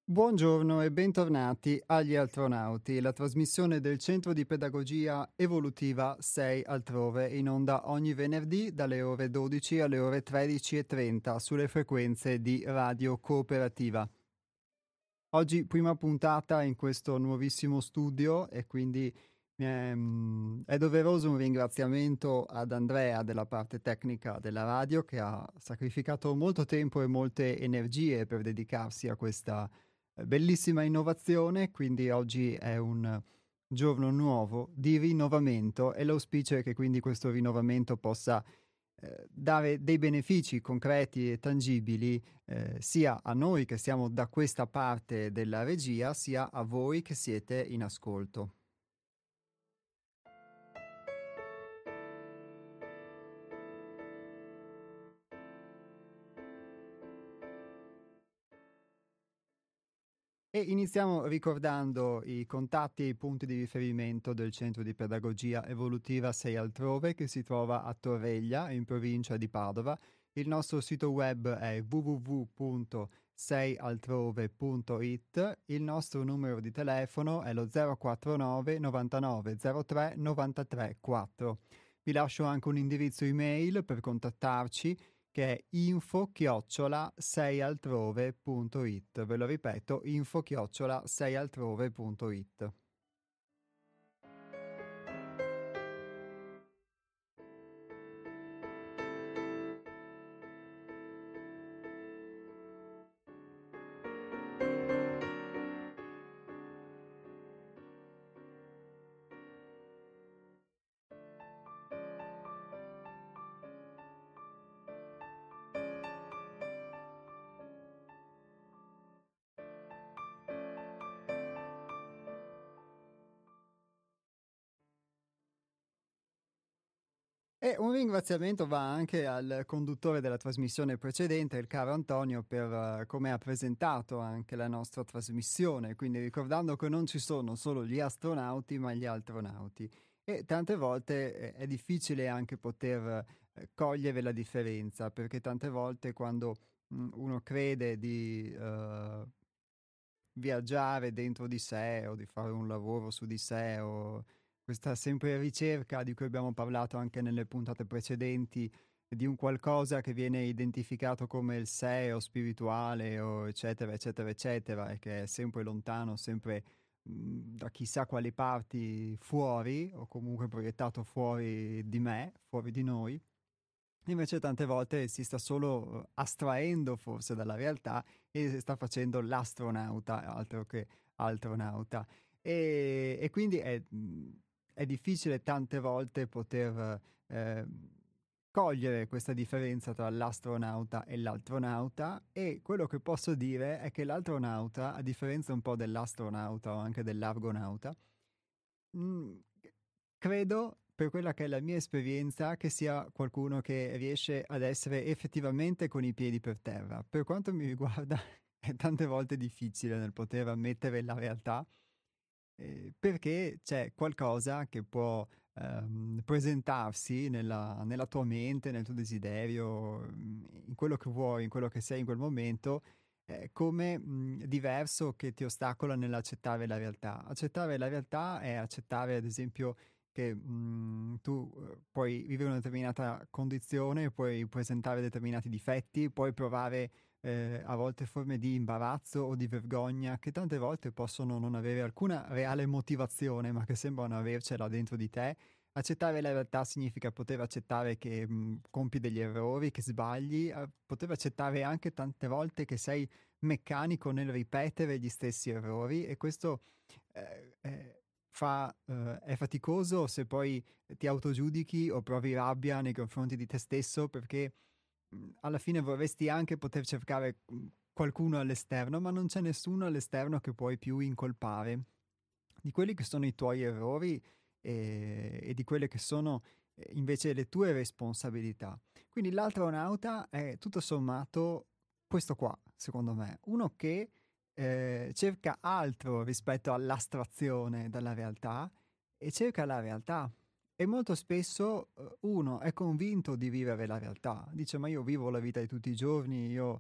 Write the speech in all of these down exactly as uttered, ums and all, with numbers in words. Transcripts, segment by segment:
Buongiorno e bentornati agli Astronauti, la trasmissione del Centro di Pedagogia Evolutiva sei altrove, in onda ogni venerdì dalle ore dodici alle ore tredici e trenta sulle frequenze di Radio Cooperativa. Oggi prima puntata in questo nuovissimo studio e quindi ehm, è doveroso un ringraziamento ad Andrea della parte tecnica della radio che ha sacrificato molto tempo e molte energie per dedicarsi a questa eh, bellissima innovazione, quindi oggi è un giorno nuovo di rinnovamento e l'auspicio è che quindi questo rinnovamento possa eh, dare dei benefici concreti e tangibili eh, sia a noi che siamo da questa parte della regia, sia a voi che siete in ascolto. E iniziamo ricordando i contatti e i punti di riferimento del Centro di Pedagogia Evolutiva sei altrove che si trova a Torreglia, in provincia di Padova. Il nostro sito web è w w w punto sei altrove punto i t. Il nostro numero di telefono è lo zero quattro nove novantanove zero tre novantatré quattro. Vi lascio anche un indirizzo email per contattarci che è info chiocciola sei altrove punto i t. Ve lo ripeto, info chiocciola sei altrove punto i t. E un ringraziamento va anche al conduttore della trasmissione precedente, il caro Antonio, per eh, come ha presentato anche la nostra trasmissione, quindi ricordando che non ci sono solo gli astronauti, ma gli astronauti. E tante volte eh, è difficile anche poter eh, cogliere la differenza, perché tante volte quando mh, uno crede di eh, viaggiare dentro di sé o di fare un lavoro su di sé o questa sempre ricerca di cui abbiamo parlato anche nelle puntate precedenti di un qualcosa che viene identificato come il sé o spirituale o eccetera eccetera eccetera e che è sempre lontano, sempre mh, da chissà quali parti fuori o comunque proiettato fuori di me, fuori di noi. Invece tante volte si sta solo eh, astraendo forse dalla realtà e si sta facendo l'astronauta, altro che astronauta. E, e quindi è, mh, è difficile tante volte poter eh, cogliere questa differenza tra l'astronauta e l'astronauta e quello che posso dire è che l'astronauta, a differenza un po' dell'astronauta o anche dell'argonauta, Mhmm, credo, per quella che è la mia esperienza, che sia qualcuno che riesce ad essere effettivamente con i piedi per terra. Per quanto mi riguarda è tante volte difficile nel poter ammettere la realtà, ehm, perché c'è qualcosa che può, ehm, presentarsi nella nella tua mente, nel tuo desiderio, mhmm, in quello che vuoi, in quello che sei in quel momento, ehm, come, mhmm, diverso che ti ostacola nell'accettare la realtà. Accettare la realtà è accettare ad esempio che, mhmm, tu, uhm, puoi vivere una determinata condizione, puoi presentare determinati difetti, puoi provare ehm, a volte forme di imbarazzo o di vergogna che tante volte possono non avere alcuna reale motivazione, ma che sembrano avercela dentro di te. Accettare la realtà significa poter accettare che, mhmm, compi degli errori, che sbagli, a poter accettare anche tante volte che sei meccanico nel ripetere gli stessi errori e questo, ehm, ehm, fa ehm, è faticoso se poi ti autogiudichi o provi rabbia nei confronti di te stesso perché mhmm, alla fine vorresti anche poter cercare, mhmm, qualcuno all'esterno, ma non c'è nessuno all'esterno che puoi più incolpare di quelli che sono i tuoi errori, ehm, e di quelle che sono, ehm, invece le tue responsabilità. Quindi l'astronauta è tutto sommato questo qua, secondo me, uno che, ehm, cerca altro rispetto all'astrazione dalla realtà e cerca la realtà. E molto spesso, uhm, uno è convinto di vivere la realtà, dice: "Ma io vivo la vita di tutti i giorni, io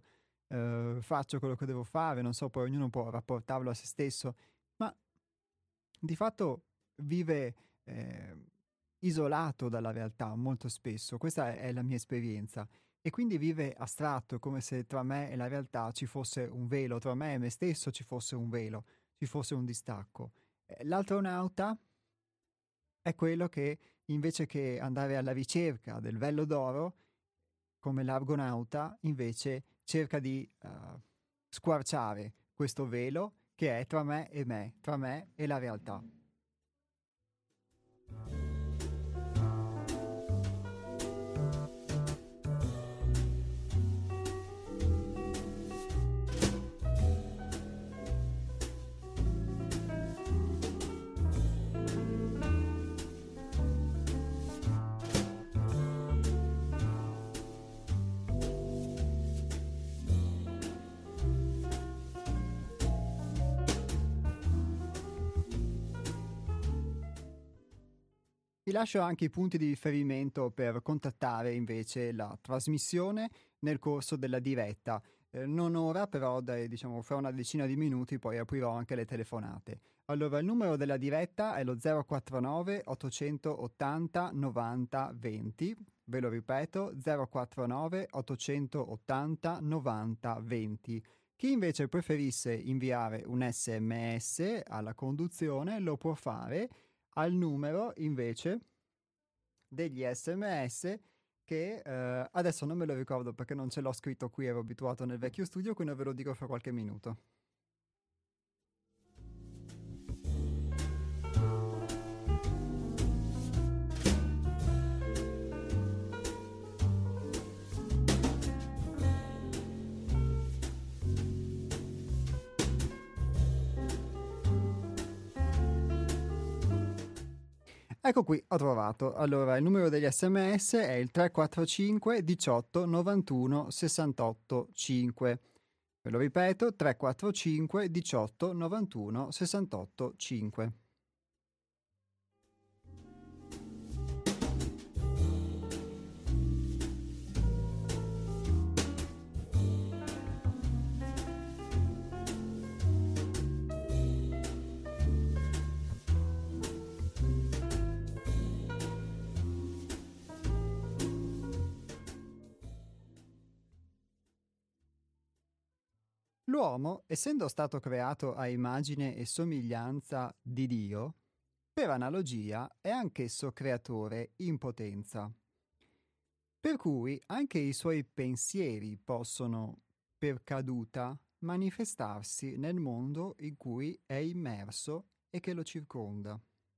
eh, faccio quello che devo fare, non so, poi ognuno può rapportarlo a se stesso, ma di fatto vive eh, isolato dalla realtà molto spesso, questa è, è la mia esperienza, e quindi vive astratto, come se tra me e la realtà ci fosse un velo, tra me e me stesso ci fosse un velo, ci fosse un distacco. Eh, L'astronauta è quello che invece che andare alla ricerca del vello d'oro, come l'argonauta, invece cerca di uh, squarciare questo velo che è tra me e me, tra me e la realtà. Vi lascio anche i punti di riferimento per contattare invece la trasmissione nel corso della diretta. Eh, non ora, però dai, diciamo, fra una decina di minuti poi aprirò anche le telefonate. Allora, il numero della diretta è lo zero quattro nove ottocentottanta novanta venti. Ve lo ripeto, zero quattro nove ottocentottanta novanta venti. Chi invece preferisse inviare un sms alla conduzione lo può fare al numero invece degli sms che eh, adesso non me lo ricordo perché non ce l'ho scritto qui, ero abituato nel vecchio studio, quindi ve lo dico fra qualche minuto. Ecco qui, ho trovato. Allora, il numero degli sms è il tre quattro cinque diciotto novantuno sessantotto cinque. Ve lo ripeto, tre quattro cinque diciotto novantuno sessantotto cinque. L'uomo, essendo stato creato a immagine e somiglianza di Dio, per analogia è anch'esso creatore in potenza. Per cui anche i suoi pensieri possono, per caduta, manifestarsi nel mondo in cui è immerso e che lo circonda.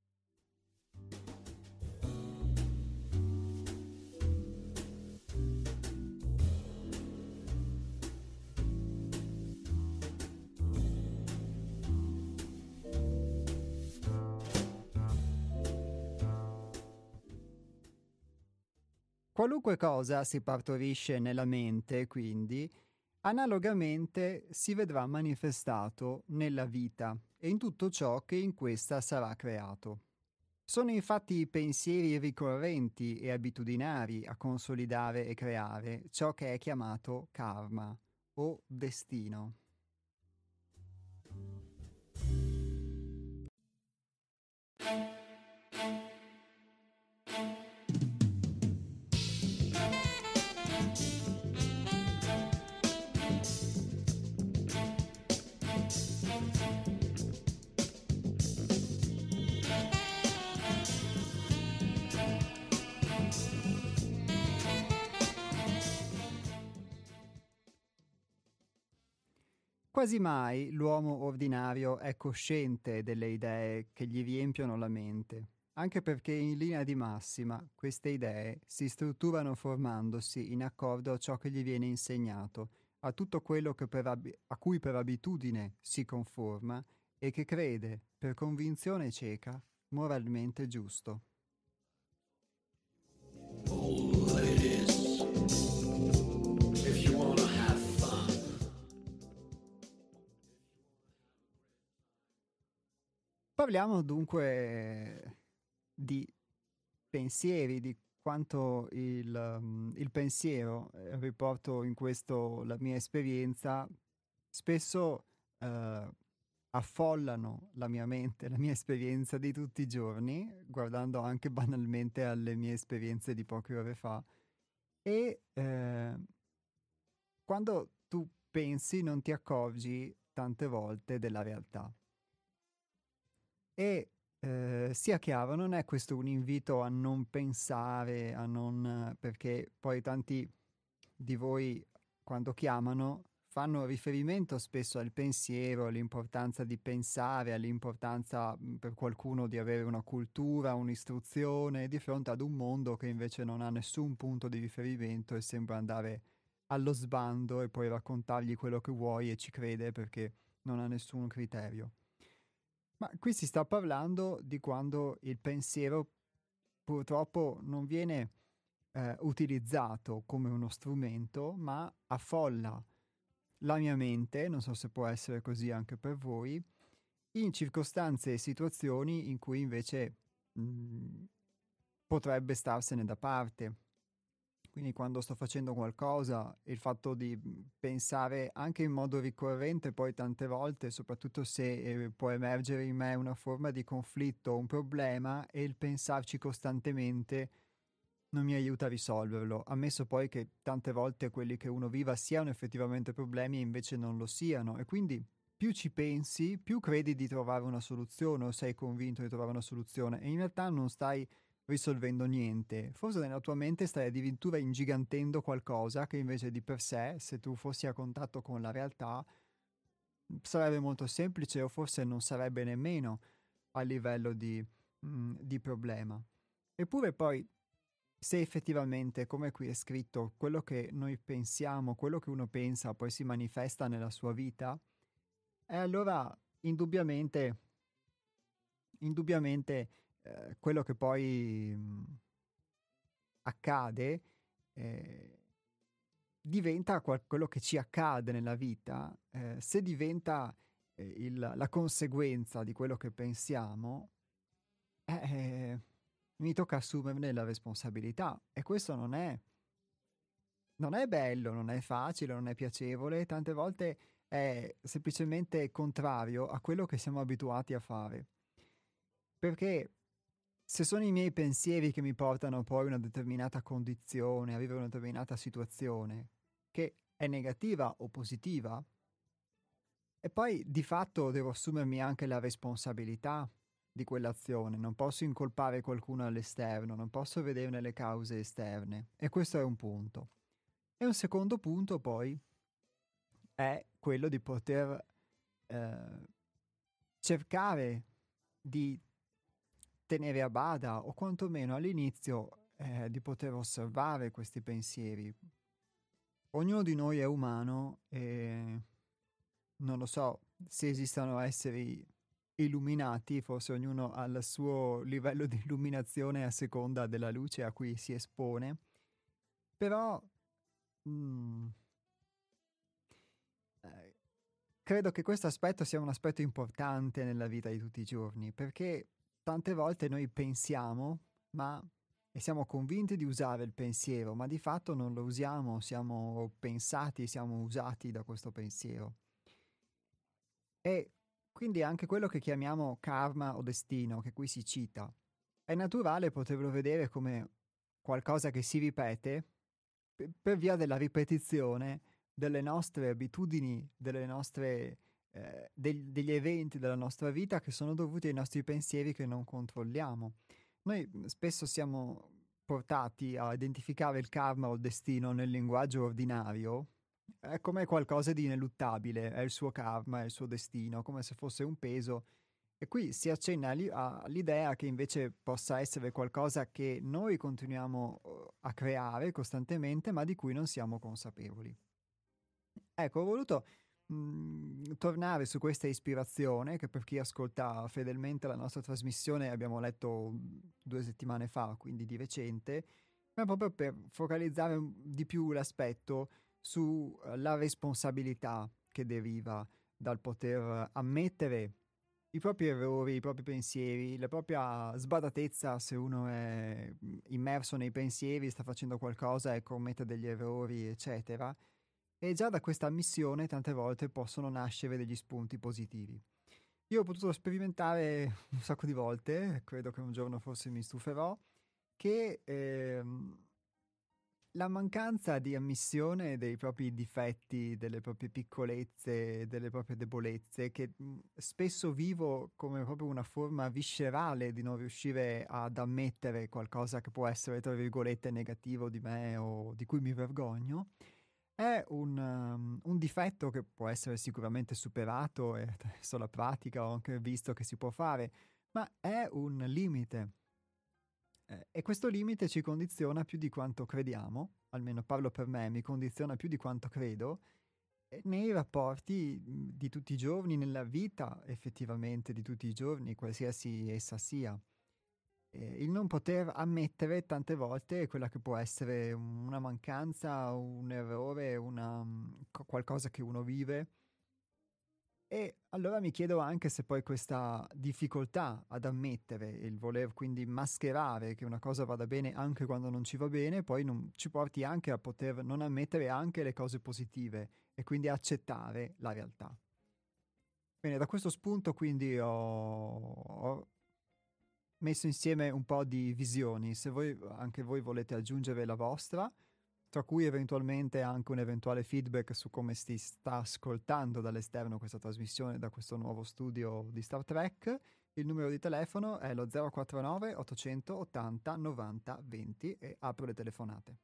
Qualunque cosa si partorisce nella mente, quindi, analogamente si vedrà manifestato nella vita e in tutto ciò che in questa sarà creato. Sono infatti i pensieri ricorrenti e abitudinari a consolidare e creare ciò che è chiamato karma o destino. Quasi mai l'uomo ordinario è cosciente delle idee che gli riempiono la mente, anche perché in linea di massima queste idee si strutturano formandosi in accordo a ciò che gli viene insegnato, a tutto quello che per ab- a cui per abitudine si conforma e che crede, per convinzione cieca, moralmente giusto. Parliamo dunque di pensieri, di quanto il, um, il pensiero, eh, riporto in questo la mia esperienza, spesso eh, affollano la mia mente, la mia esperienza di tutti i giorni, guardando anche banalmente alle mie esperienze di poche ore fa. E eh, quando tu pensi non ti accorgi tante volte della realtà. E eh, sia chiaro, non è questo un invito a non pensare, a non, perché poi tanti di voi quando chiamano fanno riferimento spesso al pensiero, all'importanza di pensare, all'importanza mh, per qualcuno di avere una cultura, un'istruzione di fronte ad un mondo che invece non ha nessun punto di riferimento e sembra andare allo sbando e puoi raccontargli quello che vuoi e ci crede perché non ha nessun criterio. Ma qui si sta parlando di quando il pensiero purtroppo non viene eh, utilizzato come uno strumento, ma affolla la mia mente, non so se può essere così anche per voi, in circostanze e situazioni in cui invece mh, potrebbe starsene da parte. Quindi quando sto facendo qualcosa, il fatto di mh, pensare anche in modo ricorrente, poi tante volte, soprattutto se eh, può emergere in me una forma di conflitto, un problema, e il pensarci costantemente non mi aiuta a risolverlo. Ammesso poi che tante volte quelli che uno viva siano effettivamente problemi e invece non lo siano. E quindi più ci pensi, più credi di trovare una soluzione o sei convinto di trovare una soluzione e in realtà non stai risolvendo niente. Forse nella tua mente stai addirittura ingigantendo qualcosa che invece di per sé, se tu fossi a contatto con la realtà, sarebbe molto semplice o forse non sarebbe nemmeno a livello di, mm, di problema. Eppure poi, se effettivamente, come qui è scritto, quello che noi pensiamo, quello che uno pensa poi si manifesta nella sua vita, e allora indubbiamente, indubbiamente eh, quello che poi mh, accade eh, diventa qual- quello che ci accade nella vita, eh, se diventa eh, il- la conseguenza di quello che pensiamo, eh, eh, mi tocca assumerne la responsabilità e questo non è, non è bello, non è facile, non è piacevole, tante volte è semplicemente contrario a quello che siamo abituati a fare. Perché se sono i miei pensieri che mi portano poi a una determinata condizione, a vivere una determinata situazione, che è negativa o positiva, e poi di fatto devo assumermi anche la responsabilità di quell'azione, non posso incolpare qualcuno all'esterno, non posso vederne le cause esterne. E questo è un punto. E un secondo punto poi è quello di poter eh, cercare di tenere a bada o quantomeno all'inizio eh, di poter osservare questi pensieri. Ognuno di noi è umano e non lo so se esistano esseri illuminati, forse ognuno ha il suo livello di illuminazione a seconda della luce a cui si espone, però mm, eh, credo che questo aspetto sia un aspetto importante nella vita di tutti i giorni, perché tante volte noi pensiamo, ma e siamo convinti di usare il pensiero, ma di fatto non lo usiamo, siamo pensati, siamo usati da questo pensiero. E quindi anche quello che chiamiamo karma o destino, che qui si cita, è naturale poterlo vedere come qualcosa che si ripete pe- per via della ripetizione delle nostre abitudini, delle nostre, eh, del- degli eventi della nostra vita che sono dovuti ai nostri pensieri che non controlliamo. Noi mh, spesso siamo portati a identificare il karma o il destino nel linguaggio ordinario, è come qualcosa di ineluttabile, è il suo karma, è il suo destino, come se fosse un peso. E qui si accenna all'i- a- all'idea che invece possa essere qualcosa che noi continuiamo eh, a creare costantemente, ma di cui non siamo consapevoli. Ecco, ho voluto mh, tornare su questa ispirazione che per chi ascolta fedelmente la nostra trasmissione abbiamo letto mh, due settimane fa, quindi di recente, ma proprio per focalizzare un- di più l'aspetto sulla responsabilità che deriva dal poter ammettere i propri errori, i propri pensieri, la propria sbadatezza se uno è mh, immerso nei pensieri, sta facendo qualcosa e commette degli errori, eccetera. E già da questa ammissione tante volte possono nascere degli spunti positivi. Io ho potuto sperimentare un sacco di volte, credo che un giorno forse mi stuferò, che ehm, la mancanza di ammissione dei propri difetti, delle proprie piccolezze, delle proprie debolezze, che mh, spesso vivo come proprio una forma viscerale di non riuscire ad ammettere qualcosa che può essere, tra virgolette, negativo di me o di cui mi vergogno, è un, um, un difetto che può essere sicuramente superato e attraverso la pratica ho anche visto che si può fare, ma è un limite. Eh, e questo limite ci condiziona più di quanto crediamo, almeno parlo per me, mi condiziona più di quanto credo, eh, nei rapporti mh, di tutti i giorni, nella vita effettivamente di tutti i giorni, qualsiasi essa sia. Eh, il non poter ammettere tante volte quella che può essere una mancanza, un errore, una, mh, co- qualcosa che uno vive. E allora mi chiedo anche se poi questa difficoltà ad ammettere, il voler quindi mascherare che una cosa vada bene anche quando non ci va bene, poi non ci porti anche a poter non ammettere anche le cose positive e quindi accettare la realtà. Bene, da questo spunto quindi ho, ho messo insieme un po' di visioni, se voi anche voi volete aggiungere la vostra, tra cui eventualmente anche un eventuale feedback su come si sta ascoltando dall'esterno questa trasmissione da questo nuovo studio di Star Trek. Il numero di telefono è lo zero quattro nove ottocentottanta novanta venti e apro le telefonate.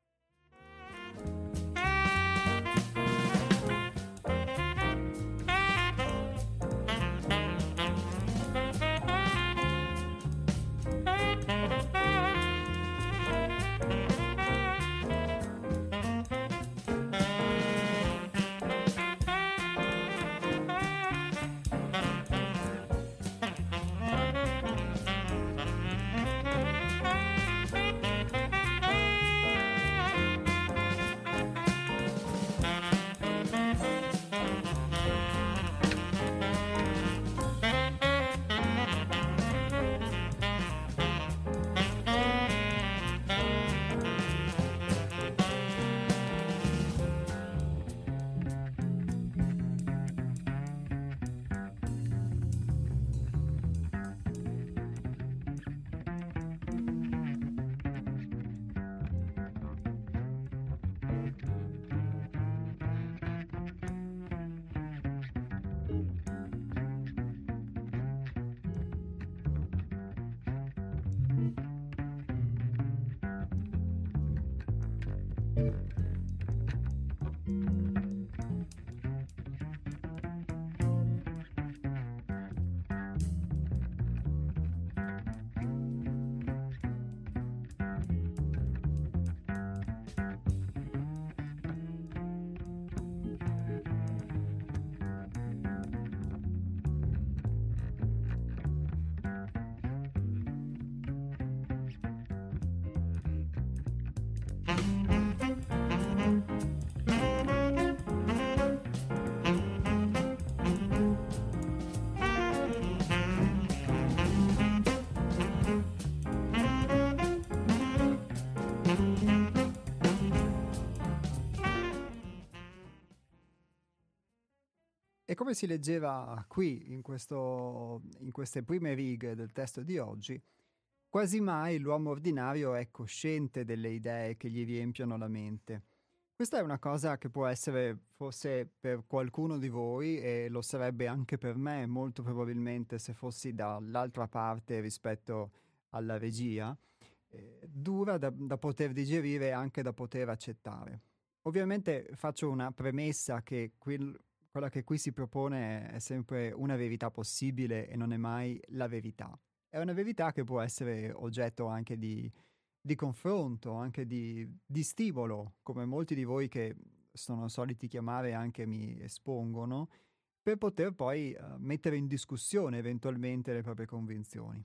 E come si leggeva qui in, questo, in queste prime righe del testo di oggi, quasi mai l'uomo ordinario è cosciente delle idee che gli riempiono la mente. Questa è una cosa che può essere forse per qualcuno di voi e lo sarebbe anche per me, molto probabilmente se fossi dall'altra parte rispetto alla regia, eh, dura da, da poter digerire e anche da poter accettare. Ovviamente faccio una premessa che quel, quella che qui si propone è sempre una verità possibile e non è mai la verità. È una verità che può essere oggetto anche di, di confronto, anche di, di stimolo, come molti di voi che sono soliti chiamare anche mi espongono, per poter poi uh, mettere in discussione eventualmente le proprie convinzioni.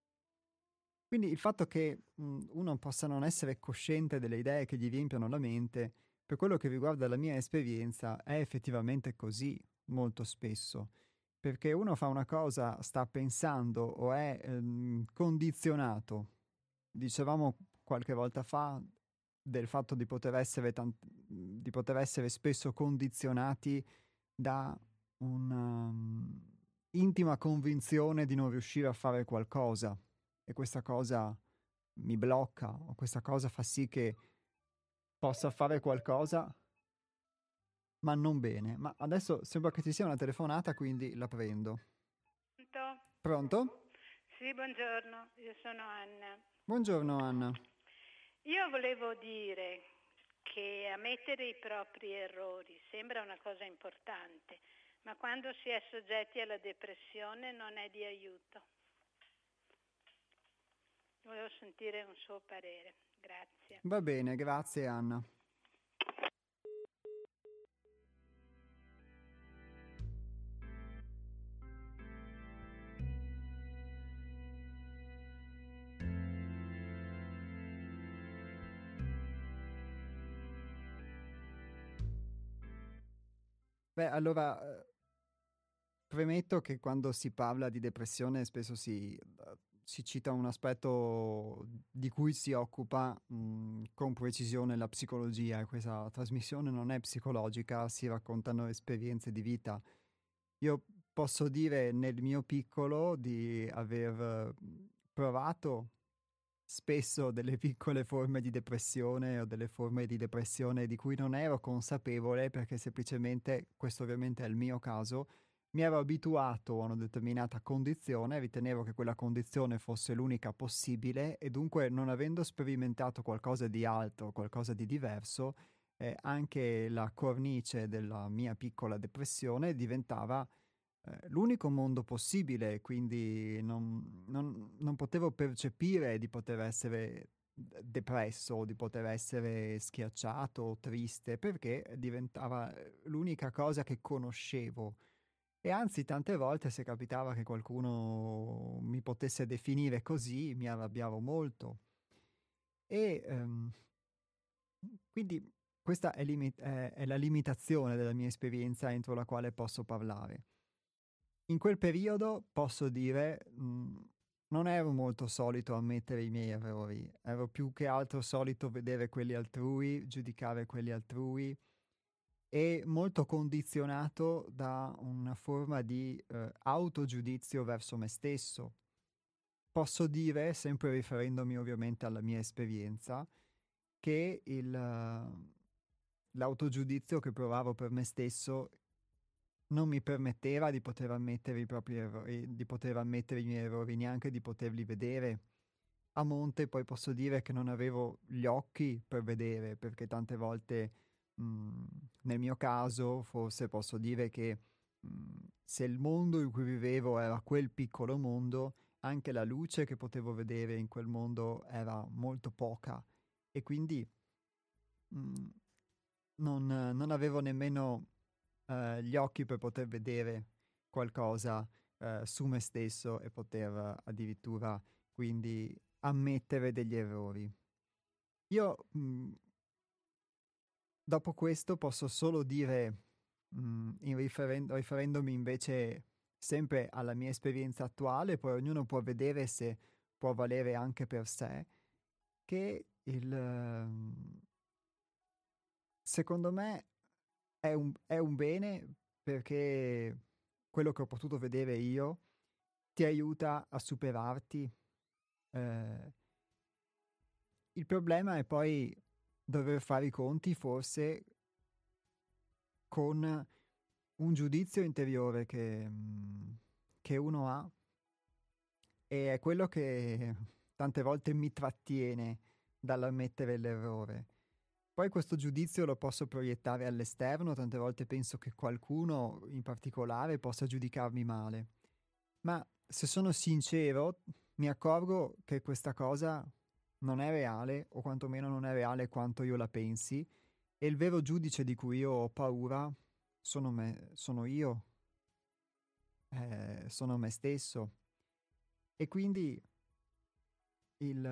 Quindi il fatto che mh, uno possa non essere cosciente delle idee che gli riempiono la mente, per quello che riguarda la mia esperienza, è effettivamente così molto spesso. perché uno fa una cosa, sta pensando o è ehm, condizionato. Dicevamo qualche volta fa del fatto di poter essere, tant- di poter essere spesso condizionati da una um, intima convinzione di non riuscire a fare qualcosa e questa cosa mi blocca o questa cosa fa sì che possa fare qualcosa ma non bene. Ma adesso sembra che ci sia una telefonata, quindi la prendo. Pronto? Pronto? Sì, buongiorno, io sono Anna. Buongiorno Anna. Io volevo dire che ammettere i propri errori sembra una cosa importante, ma quando si è soggetti alla depressione non è di aiuto. Volevo sentire un suo parere. Grazie. Va bene, grazie Anna. Beh, allora, eh, premetto che quando si parla di depressione spesso si, eh, si cita un aspetto di cui si occupa mh, con precisione la psicologia e questa trasmissione non è psicologica, si raccontano esperienze di vita. Io posso dire nel mio piccolo di aver eh, provato spesso delle piccole forme di depressione o delle forme di depressione di cui non ero consapevole perché semplicemente, questo ovviamente è il mio caso, mi ero abituato a una determinata condizione, ritenevo che quella condizione fosse l'unica possibile e dunque non avendo sperimentato qualcosa di altro, qualcosa di diverso, eh, anche la cornice della mia piccola depressione diventava eh, l'unico mondo possibile, quindi non, non- non potevo percepire di poter essere d- depresso o di poter essere schiacciato o triste perché diventava eh, l'unica cosa che conoscevo. E anzi, tante volte se capitava che qualcuno mi potesse definire così, mi arrabbiavo molto. E ehm, quindi questa è, limi- è- è la limitazione della mia esperienza entro la quale posso parlare. In quel periodo posso dire, mh, non ero molto solito ammettere i miei errori, ero più che altro solito vedere quelli altrui, giudicare quelli altrui e molto condizionato da una forma di eh, autogiudizio verso me stesso. Posso dire, sempre riferendomi ovviamente alla mia esperienza, che il, eh, l'autogiudizio che provavo per me stesso non mi permetteva di poter ammettere i propri errori, di poter ammettere i miei errori, neanche di poterli vedere. A monte poi posso dire che non avevo gli occhi per vedere, perché tante volte mh, nel mio caso forse posso dire che mh, se il mondo in cui vivevo era quel piccolo mondo, anche la luce che potevo vedere in quel mondo era molto poca e quindi mh, non, non avevo nemmeno eh, gli occhi per poter vedere qualcosa eh, su me stesso e poter eh, addirittura quindi ammettere degli errori. Io mh, dopo questo posso solo dire, mh, in riferen- riferendomi invece sempre alla mia esperienza attuale, poi ognuno può vedere se può valere anche per sé, che il, ehm, secondo me è un, è un bene perché quello che ho potuto vedere io ti aiuta a superarti. Eh, il problema è poi dover fare i conti forse con un giudizio interiore che, mm, che uno ha e è quello che tante volte mi trattiene dall'ammettere l'errore. Poi questo giudizio lo posso proiettare all'esterno, tante volte penso che qualcuno in particolare possa giudicarmi male, ma se sono sincero mi accorgo che questa cosa non è reale, o quantomeno non è reale quanto io la pensi, e il vero giudice di cui io ho paura sono, me, sono io, eh, sono me stesso. E quindi il,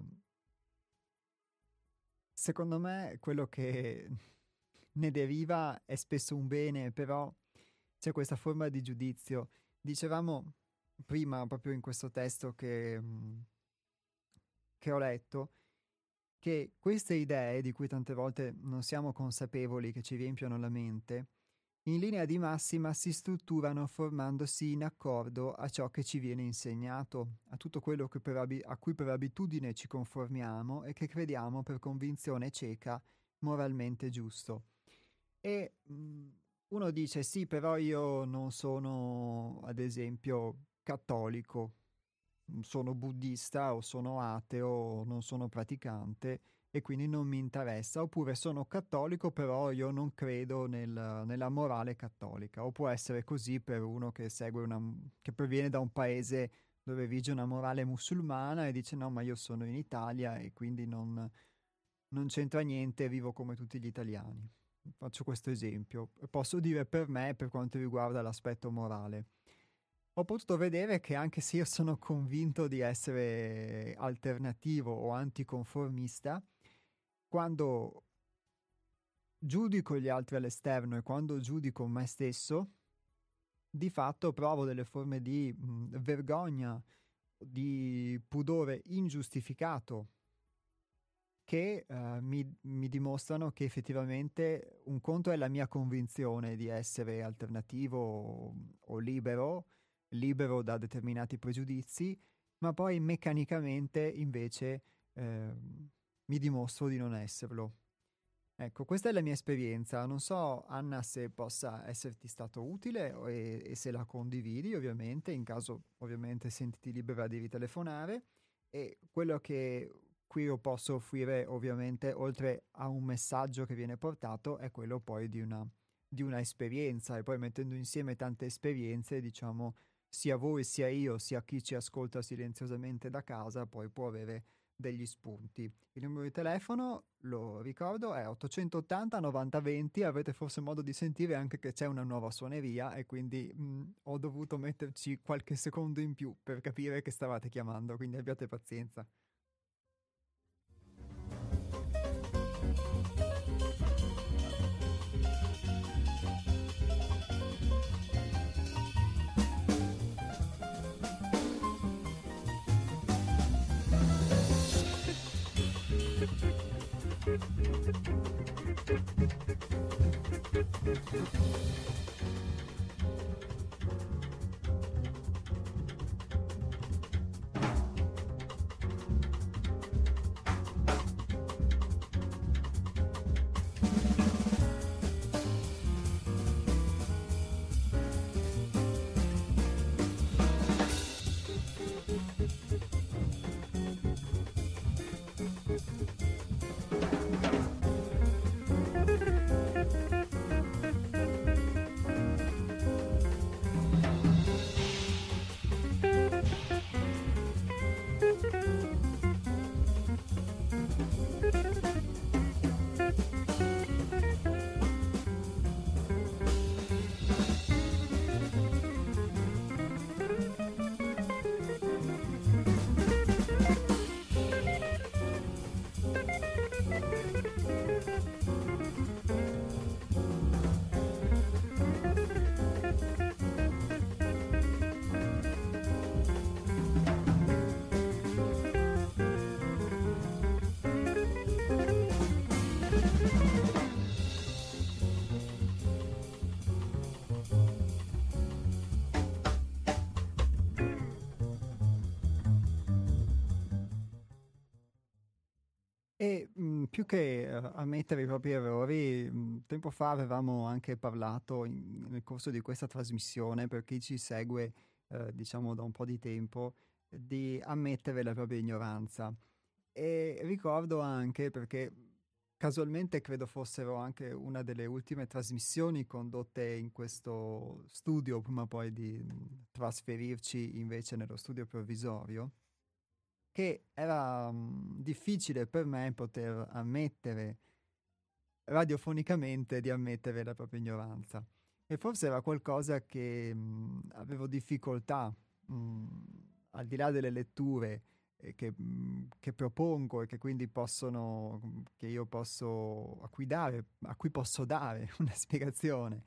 secondo me quello che ne deriva è spesso un bene, però c'è questa forma di giudizio. Dicevamo prima, proprio in questo testo che, mh, che ho letto, che queste idee, di cui tante volte non siamo consapevoli che ci riempiono la mente, in linea di massima si strutturano formandosi in accordo a ciò che ci viene insegnato, a tutto quello che per abi- a cui per abitudine ci conformiamo e che crediamo per convinzione cieca moralmente giusto. E mh, uno dice sì, però io non sono, ad esempio, cattolico, sono buddista o sono ateo o non sono praticante e quindi non mi interessa, oppure sono cattolico però io non credo nel- nella morale cattolica, o può essere così per uno che segue una, che proviene da un paese dove vige una morale musulmana e dice no, ma io sono in Italia e quindi non, non c'entra niente, vivo come tutti gli italiani. Faccio questo esempio. Posso dire per me, per quanto riguarda l'aspetto morale. Ho potuto vedere che anche se io sono convinto di essere alternativo o anticonformista, quando giudico gli altri all'esterno e quando giudico me stesso, di fatto provo delle forme di mh, vergogna, di pudore ingiustificato che eh, mi, mi dimostrano che effettivamente un conto è la mia convinzione di essere alternativo o, o libero, libero da determinati pregiudizi, ma poi meccanicamente invece eh, mi dimostro di non esserlo. Ecco, questa è la mia esperienza. Non so, Anna, se possa esserti stato utile o- e, e se la condividi, ovviamente. In caso, ovviamente, sentiti libera di ritelefonare. E quello che qui io posso offrire, ovviamente, oltre a un messaggio che viene portato, è quello poi di una, di una esperienza. E poi mettendo insieme tante esperienze, diciamo, sia voi, sia io, sia chi ci ascolta silenziosamente da casa, poi può avere degli spunti. Il numero di telefono, lo ricordo, è ottocentottanta novanta venti. Avrete forse modo di sentire anche che c'è una nuova suoneria e quindi mh, ho dovuto metterci qualche secondo in più per capire che stavate chiamando, quindi abbiate pazienza. E mh, più che eh, ammettere i propri errori, mh, tempo fa avevamo anche parlato in- nel corso di questa trasmissione, per chi ci segue, eh, diciamo da un po' di tempo, di ammettere la propria ignoranza. E ricordo anche, perché casualmente credo fossero anche una delle ultime trasmissioni condotte in questo studio, prima poi di mh, trasferirci invece nello studio provvisorio, che era mh, difficile per me poter ammettere radiofonicamente di ammettere la propria ignoranza. E forse era qualcosa che mh, avevo difficoltà, mh, al di là delle letture eh, che, mh, che propongo e che quindi possono, che io posso, a cui dare, a cui posso dare una spiegazione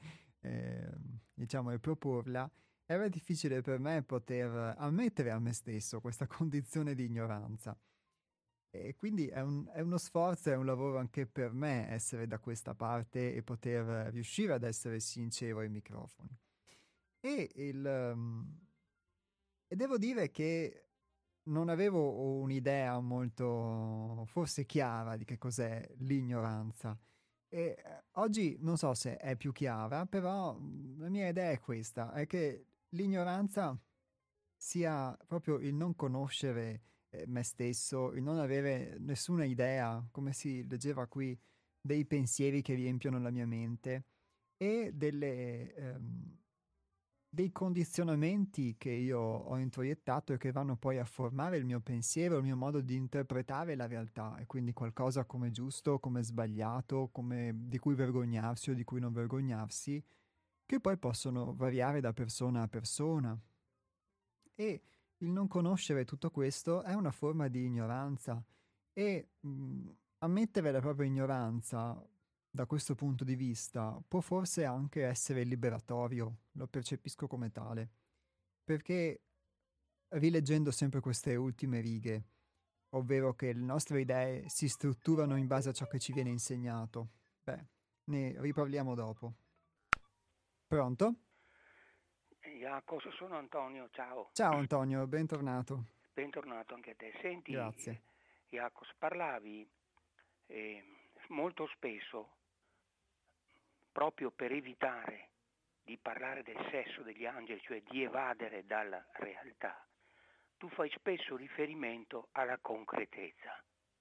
eh, diciamo, e proporla, era difficile per me poter ammettere a me stesso questa condizione di ignoranza. E quindi è, un- è uno sforzo, è un lavoro anche per me essere da questa parte e poter riuscire ad essere sincero ai microfoni. E, il, ehm, e devo dire che non avevo un'idea molto, forse chiara di che cos'è l'ignoranza. E eh, oggi non so se è più chiara, però mm, la mia idea è questa, è che l'ignoranza sia proprio il non conoscere eh, me stesso, il non avere nessuna idea, come si leggeva qui, dei pensieri che riempiono la mia mente e delle, ehm, dei condizionamenti che io ho introiettato e che vanno poi a formare il mio pensiero, il mio modo di interpretare la realtà e quindi qualcosa come giusto, come sbagliato, come di cui vergognarsi o di cui non vergognarsi, che poi possono variare da persona a persona. E il non conoscere tutto questo è una forma di ignoranza e mh, ammettere la propria ignoranza da questo punto di vista può forse anche essere liberatorio, lo percepisco come tale, perché rileggendo sempre queste ultime righe, ovvero che le nostre idee si strutturano in base a ciò che ci viene insegnato, beh, ne riparliamo dopo. Pronto? Jacopo, sono Antonio, ciao, Ciao Antonio, bentornato. bentornato anche a te. Senti, Grazie. Jacopo, parlavi eh, molto spesso, proprio per evitare di parlare del sesso degli angeli, cioè di evadere dalla realtà, tu fai spesso riferimento alla concretezza.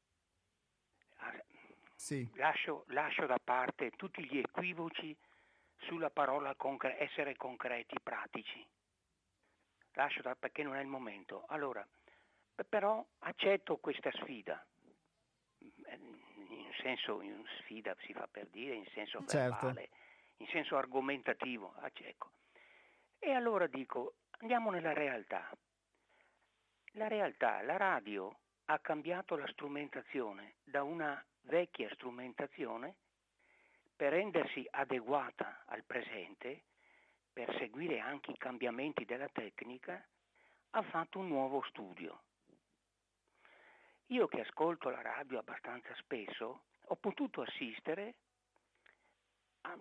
Sì. Lascio, lascio da parte tutti gli equivoci sulla parola concre- essere concreti, pratici. Lascio da, perché non è il momento. Allora, però accetto questa sfida, in senso, in sfida si fa per dire, in senso Certo. verbale, in senso argomentativo, accetto. E allora dico, andiamo nella realtà. La realtà, la radio ha cambiato la strumentazione da una vecchia strumentazione per rendersi adeguata al presente, per seguire anche i cambiamenti della tecnica, ha fatto un nuovo studio. Io che ascolto la radio abbastanza spesso, ho potuto assistere a,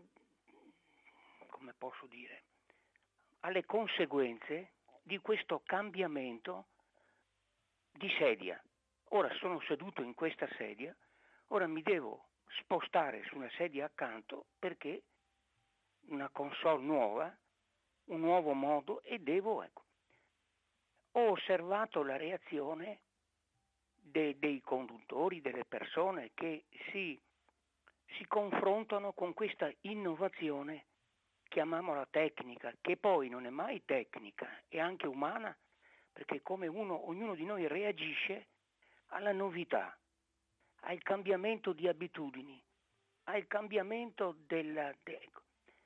come posso dire, alle conseguenze di questo cambiamento di sedia. Ora sono seduto in questa sedia, ora mi devo spostare su una sedia accanto perché una console nuova, un nuovo modo e devo, ecco. Ho osservato la reazione de, dei conduttori, delle persone che si, si confrontano con questa innovazione, chiamiamola tecnica, che poi non è mai tecnica, è anche umana, perché come uno, ognuno di noi reagisce alla novità, al cambiamento di abitudini, al cambiamento della... De, ecco.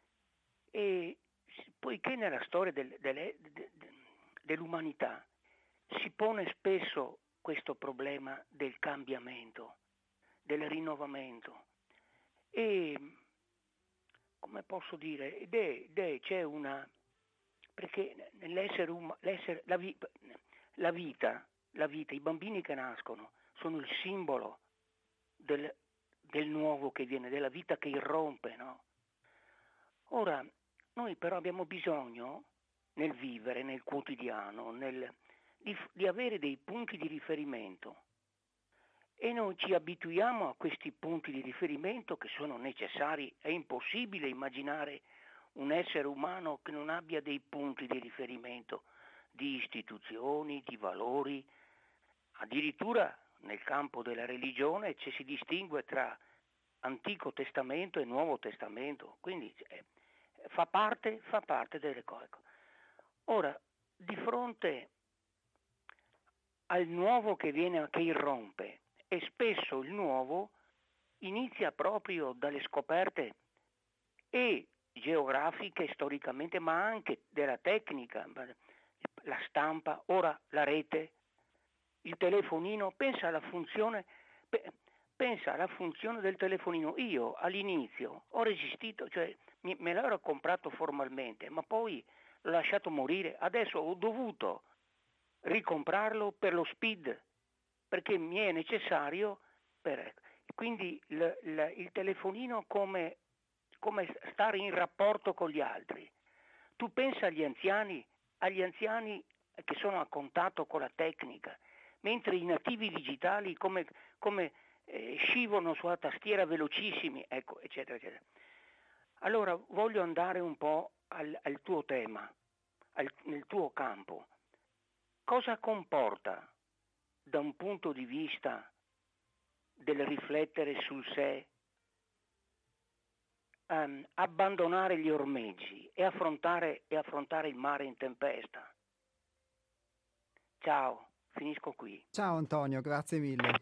E poiché nella storia del, delle, de, de, dell'umanità si pone spesso questo problema del cambiamento, del rinnovamento, e come posso dire, ed è, ed è, c'è una... perché nell'essere umano, la, vi, la vita, la vita, i bambini che nascono sono il simbolo del, del nuovo che viene, della vita che irrompe, no? Ora, noi però abbiamo bisogno, nel vivere, nel quotidiano, nel, di, di avere dei punti di riferimento e noi ci abituiamo a questi punti di riferimento che sono necessari. È impossibile immaginare un essere umano che non abbia dei punti di riferimento, di istituzioni, di valori. Addirittura nel campo della religione ci si distingue tra Antico Testamento e Nuovo Testamento, quindi eh, fa parte, fa parte delle cose. Ora, di fronte al nuovo che viene, che irrompe, e spesso il nuovo inizia proprio dalle scoperte e geografiche, storicamente, ma anche della tecnica, la stampa, ora la rete, il telefonino, pensa alla funzione, pensa alla funzione del telefonino. Io all'inizio ho resistito, cioè mi, me l'ero comprato formalmente, ma poi l'ho lasciato morire. Adesso ho dovuto ricomprarlo per lo speed, perché mi è necessario per... Quindi il, il, il telefonino come, come stare in rapporto con gli altri. Tu pensa agli anziani, agli anziani che sono a contatto con la tecnica, mentre i nativi digitali come, come eh, scivolano sulla tastiera velocissimi, ecco, eccetera, eccetera. Allora voglio andare un po' al, al tuo tema, al, nel tuo campo. Cosa comporta da un punto di vista del riflettere sul sé um, abbandonare gli ormeggi e affrontare, e affrontare il mare in tempesta? Ciao, finisco qui. Ciao Antonio, grazie mille.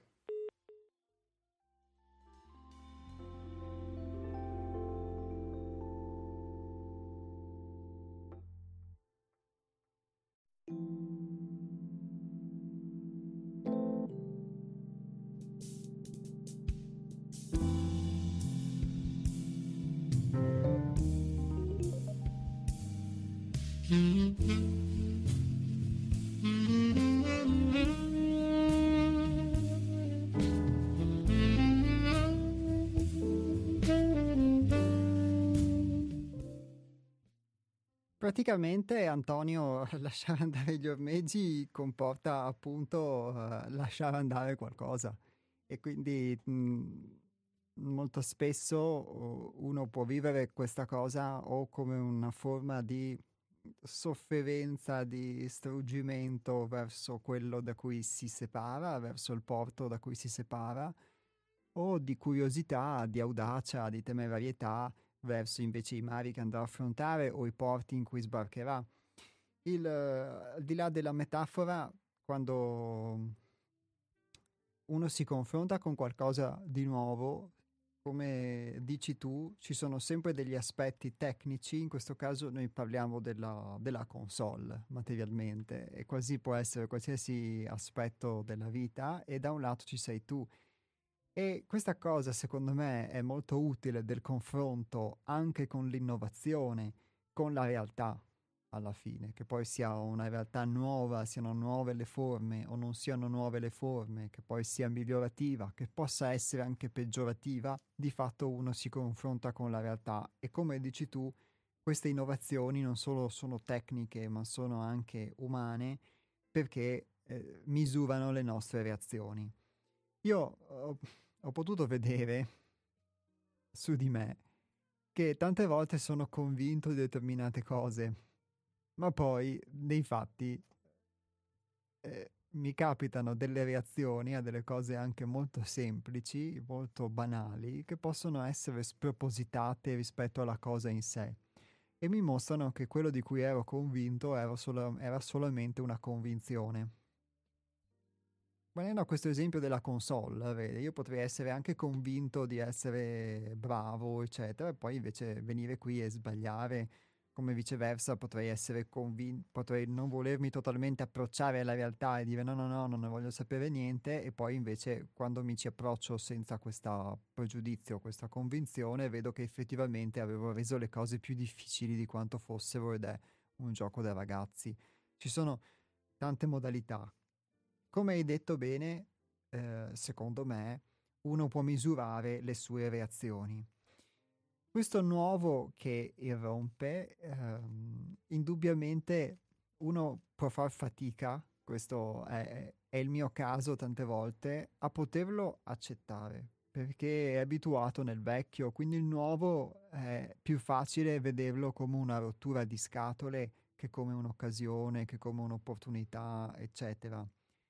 Praticamente Antonio lasciare andare gli ormeggi comporta appunto uh, lasciare andare qualcosa e quindi mh, molto spesso uh, uno può vivere questa cosa o come una forma di sofferenza, di struggimento verso quello da cui si separa, verso il porto da cui si separa, o di curiosità, di audacia, di temerarietà verso invece i mari che andrà a affrontare o i porti in cui sbarcherà. Il, al di là della metafora, quando uno si confronta con qualcosa di nuovo, come dici tu, ci sono sempre degli aspetti tecnici, in questo caso noi parliamo della, della console materialmente, e così può essere qualsiasi aspetto della vita, e da un lato ci sei tu. E questa cosa secondo me è molto utile del confronto anche con l'innovazione, con la realtà alla fine, che poi sia una realtà nuova, siano nuove le forme o non siano nuove le forme, che poi sia migliorativa, che possa essere anche peggiorativa, di fatto uno si confronta con la realtà e come dici tu, queste innovazioni non solo sono tecniche ma sono anche umane perché eh, misurano le nostre reazioni. Io ho, ho potuto vedere su di me che tante volte sono convinto di determinate cose, ma poi nei fatti eh, mi capitano delle reazioni a delle cose anche molto semplici, molto banali, che possono essere spropositate rispetto alla cosa in sé e mi mostrano che quello di cui ero convinto era, solo, era solamente una convinzione. Prendendo questo esempio della console, vedi, io potrei essere anche convinto di essere bravo, eccetera, e poi invece venire qui e sbagliare, come viceversa potrei essere convinto, potrei non volermi totalmente approcciare alla realtà e dire no, no, no, non ne voglio sapere niente, e poi invece quando mi ci approccio senza questo pregiudizio, questa convinzione, vedo che effettivamente avevo reso le cose più difficili di quanto fossero ed è un gioco da ragazzi. Ci sono tante modalità. Come hai detto bene, eh, secondo me, uno può misurare le sue reazioni. Questo nuovo che irrompe, ehm, indubbiamente uno può far fatica, questo è, è il mio caso tante volte, a poterlo accettare, perché è abituato nel vecchio, quindi il nuovo è più facile vederlo come una rottura di scatole che come un'occasione, che come un'opportunità, eccetera.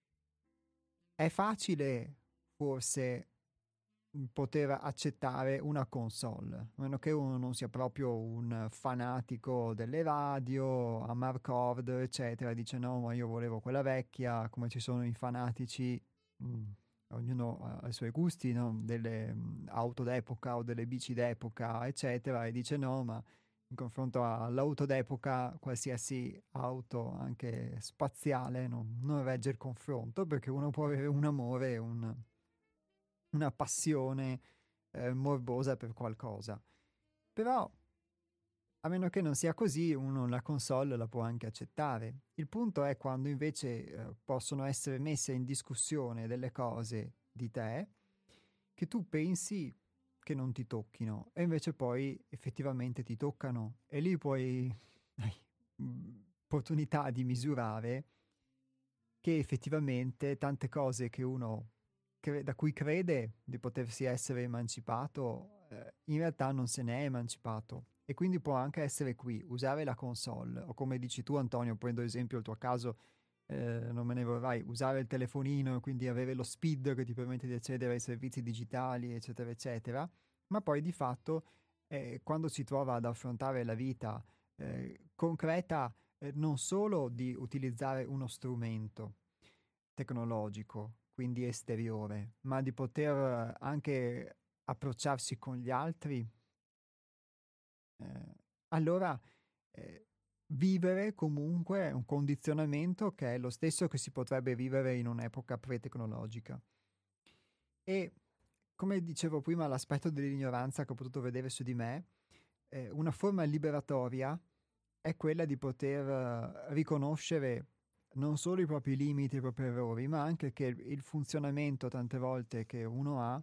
È facile forse poter accettare una console, a meno che uno non sia proprio un fanatico delle radio, a Markov, eccetera, dice no, ma io volevo quella vecchia, come ci sono i fanatici, mh, ognuno ha i suoi gusti, no? Delle mh, auto d'epoca o delle bici d'epoca, eccetera, e dice no, ma in confronto all'auto d'epoca, qualsiasi auto, anche spaziale, non, non regge il confronto, perché uno può avere un amore, un, una passione eh, morbosa per qualcosa. Però, a meno che non sia così, uno la console la può anche accettare. Il punto è quando invece eh, possono essere messe in discussione delle cose di te che tu pensi che non ti tocchino e invece poi effettivamente ti toccano, e lì puoi hai mm, opportunità di misurare che effettivamente tante cose che uno cre- da cui crede di potersi essere emancipato, eh, in realtà non se ne è emancipato. E quindi può anche essere qui, usare la console, o come dici tu Antonio, prendo esempio il tuo caso, eh, non me ne vorrai, usare il telefonino e quindi avere lo speed che ti permette di accedere ai servizi digitali, eccetera, eccetera, ma poi di fatto eh, quando si trova ad affrontare la vita eh, concreta, eh, non solo di utilizzare uno strumento tecnologico, quindi esteriore, ma di poter eh, anche approcciarsi con gli altri, eh, allora eh, vivere comunque un condizionamento che è lo stesso che si potrebbe vivere in un'epoca pre-tecnologica. E come dicevo prima, l'aspetto dell'ignoranza che ho potuto vedere su di me, eh, una forma liberatoria è quella di poter eh, riconoscere non solo i propri limiti, i propri errori, ma anche che il il funzionamento tante volte che uno ha,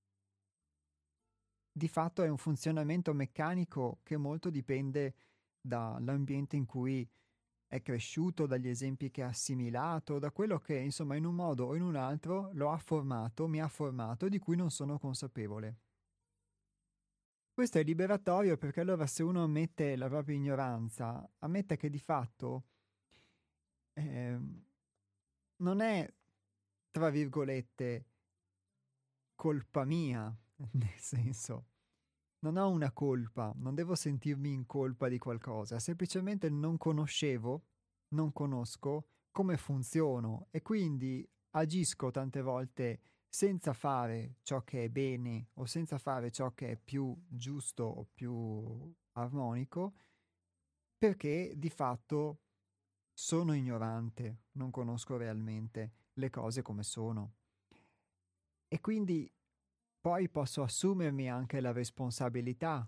di fatto è un funzionamento meccanico che molto dipende dall'ambiente in cui è cresciuto, dagli esempi che ha assimilato, da quello che, insomma, in un modo o in un altro lo ha formato, mi ha formato, di cui non sono consapevole. Questo è liberatorio perché allora se uno ammette la propria ignoranza, ammette che di fatto ehm, non è, tra virgolette, colpa mia, nel senso, non ho una colpa, non devo sentirmi in colpa di qualcosa, semplicemente non conoscevo, non conosco come funziono e quindi agisco tante volte senza fare ciò che è bene o senza fare ciò che è più giusto o più armonico, perché di fatto sono ignorante, non conosco realmente le cose come sono. E quindi poi posso assumermi anche la responsabilità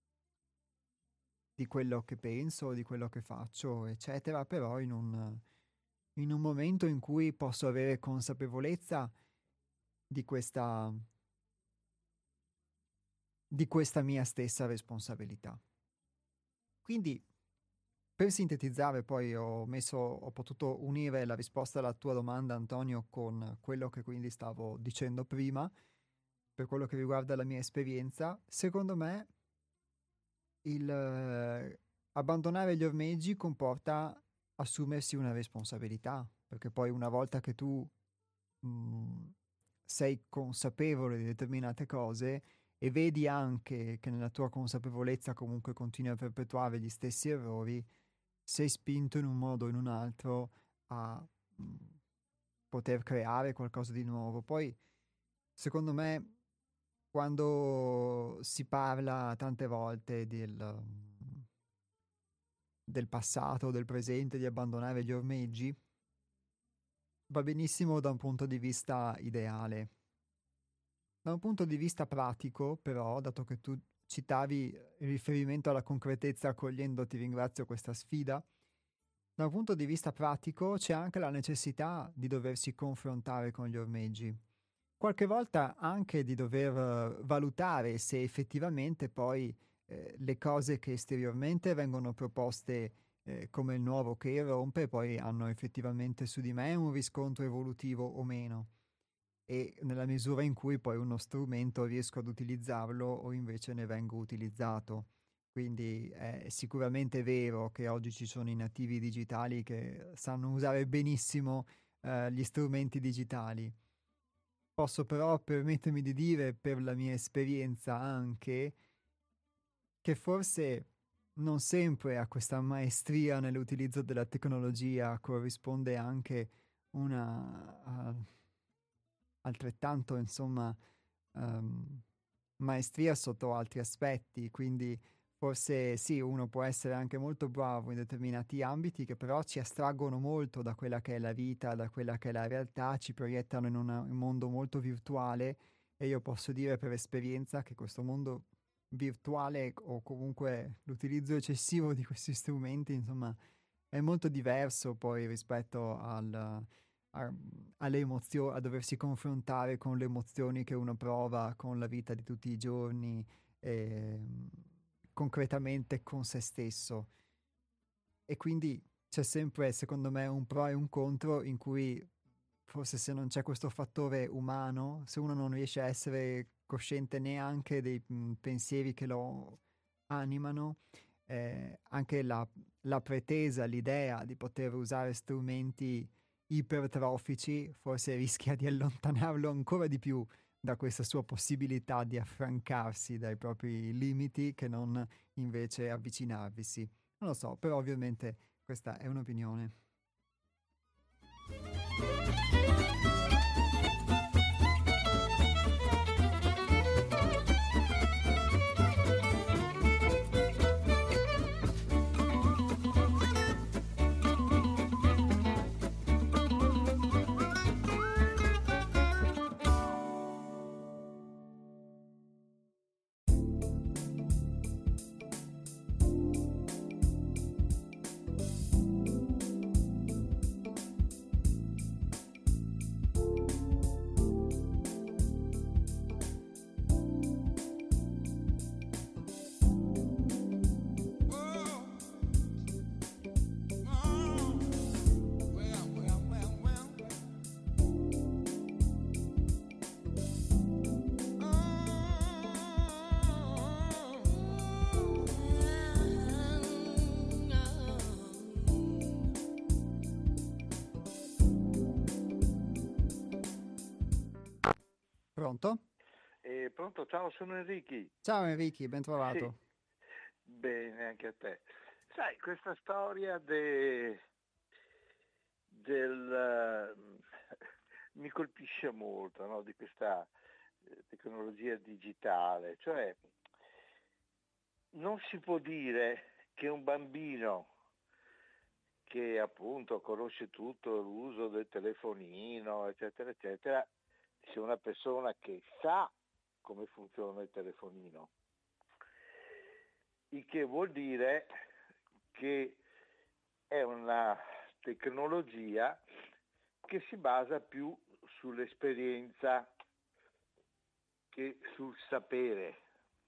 di quello che penso, di quello che faccio, eccetera, però in un, in un momento in cui posso avere consapevolezza di questa, di questa mia stessa responsabilità. Quindi, per sintetizzare, poi ho messo, ho potuto unire la risposta alla tua domanda, Antonio, con quello che quindi stavo dicendo prima, per quello che riguarda la mia esperienza. Secondo me, il eh, abbandonare gli ormeggi comporta assumersi una responsabilità, perché poi una volta che tu mh, sei consapevole di determinate cose e vedi anche che nella tua consapevolezza comunque continui a perpetuare gli stessi errori, sei spinto in un modo o in un altro a mh, poter creare qualcosa di nuovo. Poi, secondo me, quando si parla tante volte del, del passato, del presente, di abbandonare gli ormeggi, va benissimo da un punto di vista ideale. Da un punto di vista pratico, però, dato che tu citavi il riferimento alla concretezza accogliendo, ti ringrazio, questa sfida, da un punto di vista pratico c'è anche la necessità di doversi confrontare con gli ormeggi. Qualche volta anche di dover eh, valutare se effettivamente poi eh, le cose che esteriormente vengono proposte eh, come il nuovo che irrompe poi hanno effettivamente su di me un riscontro evolutivo o meno, e nella misura in cui poi uno strumento riesco ad utilizzarlo o invece ne vengo utilizzato. Quindi è sicuramente vero che oggi ci sono i nativi digitali che sanno usare benissimo eh, gli strumenti digitali. Posso però permettermi di dire, per la mia esperienza anche, che forse non sempre a questa maestria nell'utilizzo della tecnologia corrisponde anche una uh, altrettanto, insomma, um, maestria sotto altri aspetti, quindi forse sì, uno può essere anche molto bravo in determinati ambiti che però ci astraggono molto da quella che è la vita, da quella che è la realtà, ci proiettano in una- un mondo molto virtuale, e io posso dire per esperienza che questo mondo virtuale o comunque l'utilizzo eccessivo di questi strumenti, insomma, è molto diverso poi rispetto al, a, alle emozioni, a doversi confrontare con le emozioni che uno prova con la vita di tutti i giorni, e, concretamente con se stesso. E quindi c'è sempre, secondo me, un pro e un contro in cui forse se non c'è questo fattore umano, se uno non riesce a essere cosciente neanche dei mh, pensieri che lo animano, eh, anche la, la pretesa, l'idea di poter usare strumenti ipertrofici forse rischia di allontanarlo ancora di più da questa sua possibilità di affrancarsi dai propri limiti che non invece avvicinarvisi. Non lo so, però ovviamente questa è un'opinione. Pronto? Eh, pronto, ciao, sono Enrichi. Ciao Enrichi, ben trovato. Sì, bene, anche a te. Sai, questa storia de, del... uh, mi colpisce molto, no? Di questa eh, tecnologia digitale. Cioè, non si può dire che un bambino che appunto conosce tutto l'uso del telefonino, eccetera, eccetera, sia una persona che sa come funziona il telefonino, il che vuol dire che è una tecnologia che si basa più sull'esperienza che sul sapere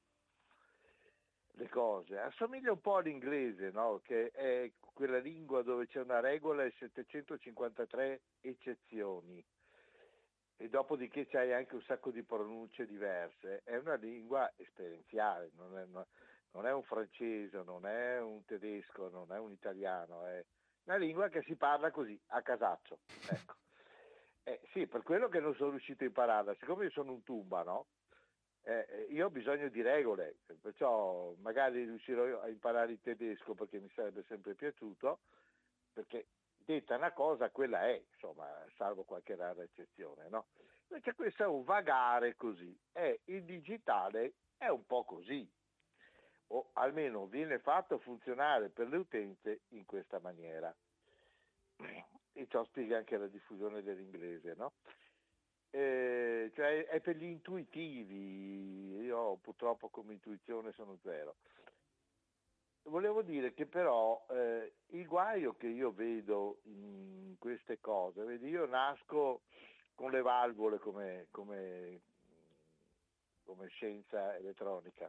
le cose. Assomiglia un po' all'inglese, no? Che è quella lingua dove c'è una regola e settecentocinquantatré eccezioni. E dopodiché c'hai anche un sacco di pronunce diverse. È una lingua esperienziale, non è, non è un francese, non è un tedesco, non è un italiano, è una lingua che si parla così, a casaccio. Ecco. Eh, sì, per quello che non sono riuscito a impararla, siccome io sono un tumba, no? Eh, io ho bisogno di regole, perciò magari riuscirò a imparare il tedesco perché mi sarebbe sempre piaciuto, perché detta una cosa, quella è, insomma, salvo qualche rara eccezione, no? Invece questo è un vagare così, e il digitale è un po' così, o almeno viene fatto funzionare per le utenze in questa maniera. E ciò spiega anche la diffusione dell'inglese, no? Eh, cioè è per gli intuitivi, io purtroppo come intuizione sono zero. Volevo dire che però eh, il guaio che io vedo in queste cose, vedi, io nasco con le valvole come, come, come scienza elettronica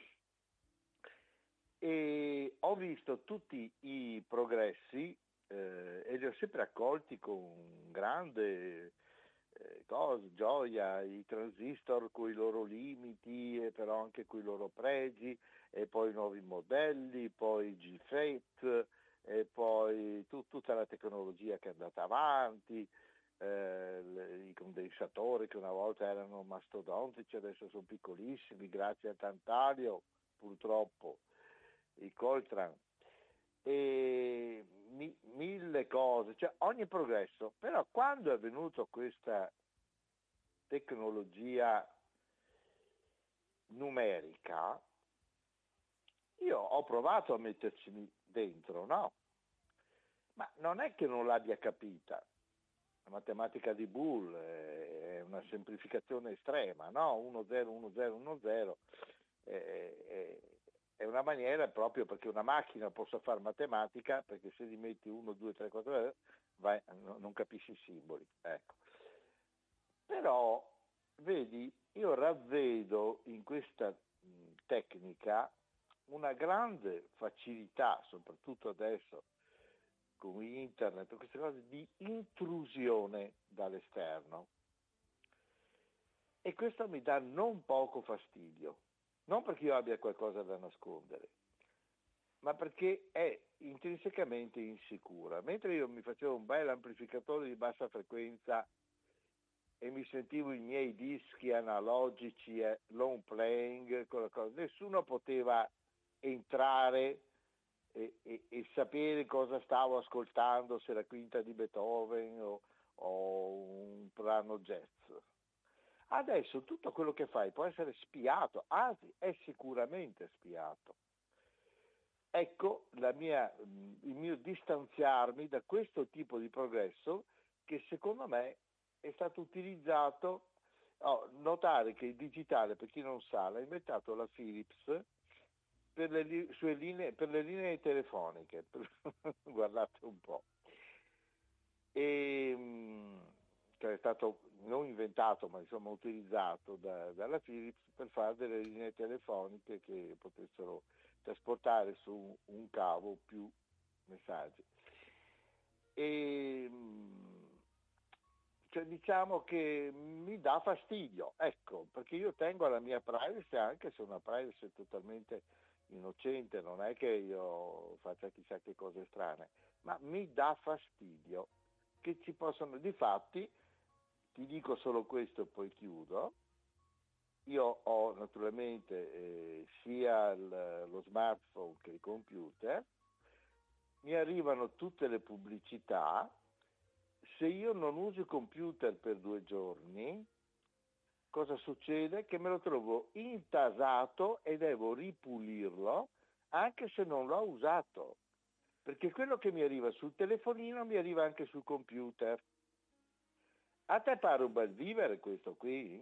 e ho visto tutti i progressi eh, e li ho sempre accolti con grande eh, cosa, gioia, i transistor con i loro limiti e però anche con i loro pregi, e poi i nuovi modelli, poi i G F E T e poi tu, tutta la tecnologia che è andata avanti, eh, le, i condensatori che una volta erano mastodontici adesso sono piccolissimi grazie a Tantalio purtroppo, i Coltran e mi, mille cose, cioè ogni progresso. Però quando è venuto questa tecnologia numerica, io ho provato a metterci dentro, no? Ma non è che non l'abbia capita. La matematica di Boole è una semplificazione estrema, no? uno zero uno zero uno zero è, è una maniera proprio perché una macchina possa fare matematica, perché se gli metti uno, due, tre, quattro, vai, non capisci i simboli. Ecco. Però, vedi, io ravvedo in questa mh, tecnica una grande facilità, soprattutto adesso con internet, queste cose di intrusione dall'esterno. E questo mi dà non poco fastidio, non perché io abbia qualcosa da nascondere, ma perché è intrinsecamente insicura. Mentre io mi facevo un bel amplificatore di bassa frequenza e mi sentivo i miei dischi analogici e long playing, nessuno poteva entrare e, e, e sapere cosa stavo ascoltando, se la quinta di Beethoven o, o un brano jazz. Adesso tutto quello che fai può essere spiato, anzi è sicuramente spiato. Ecco la mia, il mio distanziarmi da questo tipo di progresso che secondo me è stato utilizzato. Oh, notare che il digitale, per chi non sa, l'ha inventato la Philips per le sue linee, per le linee telefoniche. Guardate un po'. E, cioè è stato non inventato, ma insomma utilizzato da, dalla Philips per fare delle linee telefoniche che potessero trasportare su un cavo più messaggi. E cioè, diciamo che mi dà fastidio, ecco, perché io tengo alla mia privacy, anche se una privacy totalmente innocente, non è che io faccia chissà che cose strane, ma mi dà fastidio che ci possono, difatti, ti dico solo questo e poi chiudo. Io ho naturalmente eh, sia il, lo smartphone che il computer, mi arrivano tutte le pubblicità. Se io non uso il computer per due giorni, cosa succede? Che me lo trovo intasato e devo ripulirlo anche se non l'ho usato, perché quello che mi arriva sul telefonino mi arriva anche sul computer. A te pare un bel vivere questo qui?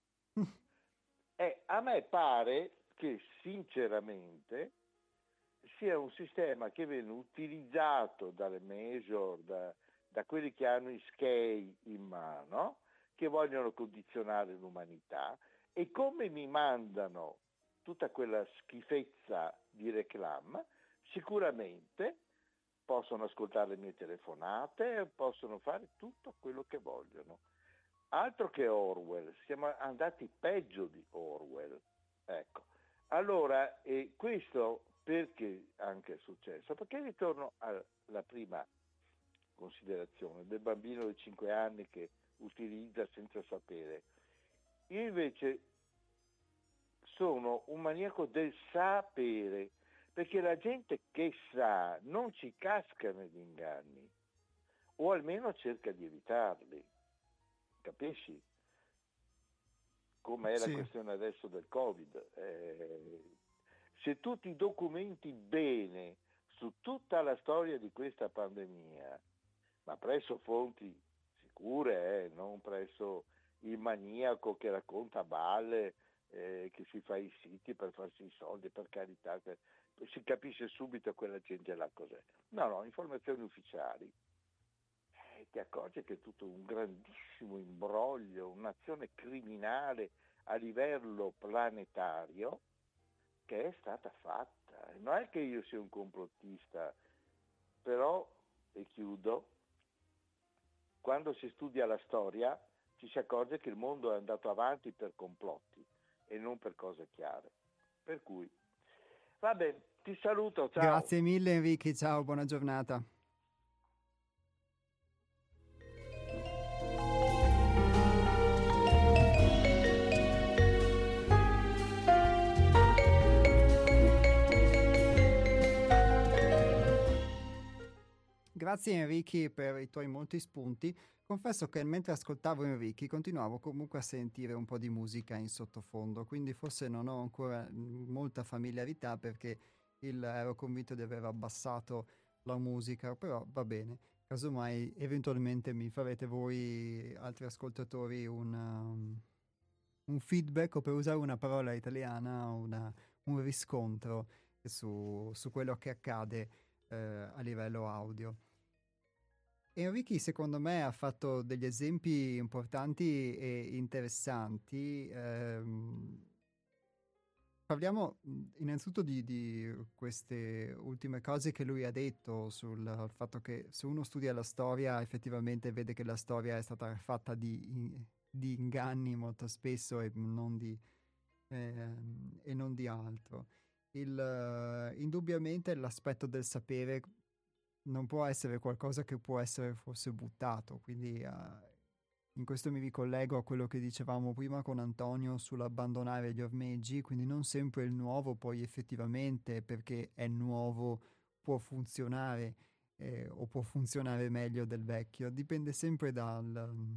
Eh, a me pare che sinceramente sia un sistema che viene utilizzato dalle major, da, da quelli che hanno i skei in mano, che vogliono condizionare l'umanità, e come mi mandano tutta quella schifezza di reclama, sicuramente possono ascoltare le mie telefonate, possono fare tutto quello che vogliono. Altro che Orwell, siamo andati peggio di Orwell. Ecco. Allora, eh, questo perché anche è successo? Perché ritorno alla prima considerazione del bambino di cinque anni che utilizza senza sapere. Io invece sono un maniaco del sapere, perché la gente che sa non ci casca negli inganni, o almeno cerca di evitarli. Capisci? Come è la Sì. questione adesso del Covid. Eh, se tu ti documenti bene su tutta la storia di questa pandemia, ma presso fonti sicure, eh, non presso il maniaco che racconta balle, eh, che si fa i siti per farsi i soldi, per carità, che si capisce subito quella gente là cos'è. No, no, informazioni ufficiali. Eh, ti accorgi che è tutto un grandissimo imbroglio, un'azione criminale a livello planetario che è stata fatta. Non è che io sia un complottista, però, e chiudo, quando si studia la storia ci si accorge che il mondo è andato avanti per complotti e non per cose chiare. Per cui, va bene, ti saluto, ciao. Grazie mille Enrico, ciao, buona giornata. Grazie Enrico per i tuoi molti spunti. Confesso che mentre ascoltavo Enrico continuavo comunque a sentire un po' di musica in sottofondo, quindi forse non ho ancora molta familiarità perché il, ero convinto di aver abbassato la musica, però va bene. casomai eventualmente mi farete voi altri ascoltatori un, um, un feedback, o per usare una parola italiana, una, un riscontro su, su quello che accade eh, a livello audio. Enrichi secondo me ha fatto degli esempi importanti e interessanti. ehm, Parliamo mh, innanzitutto di, di queste ultime cose che lui ha detto sul fatto che se uno studia la storia effettivamente vede che la storia è stata fatta di, in- di inganni molto spesso e non di, ehm, e non di altro. Il, eh, indubbiamente l'aspetto del sapere non può essere qualcosa che può essere forse buttato, quindi eh, in questo mi ricollego a quello che dicevamo prima con Antonio sull'abbandonare gli ormeggi, quindi non sempre il nuovo poi effettivamente perché è nuovo può funzionare eh, o può funzionare meglio del vecchio, dipende sempre dal, mm,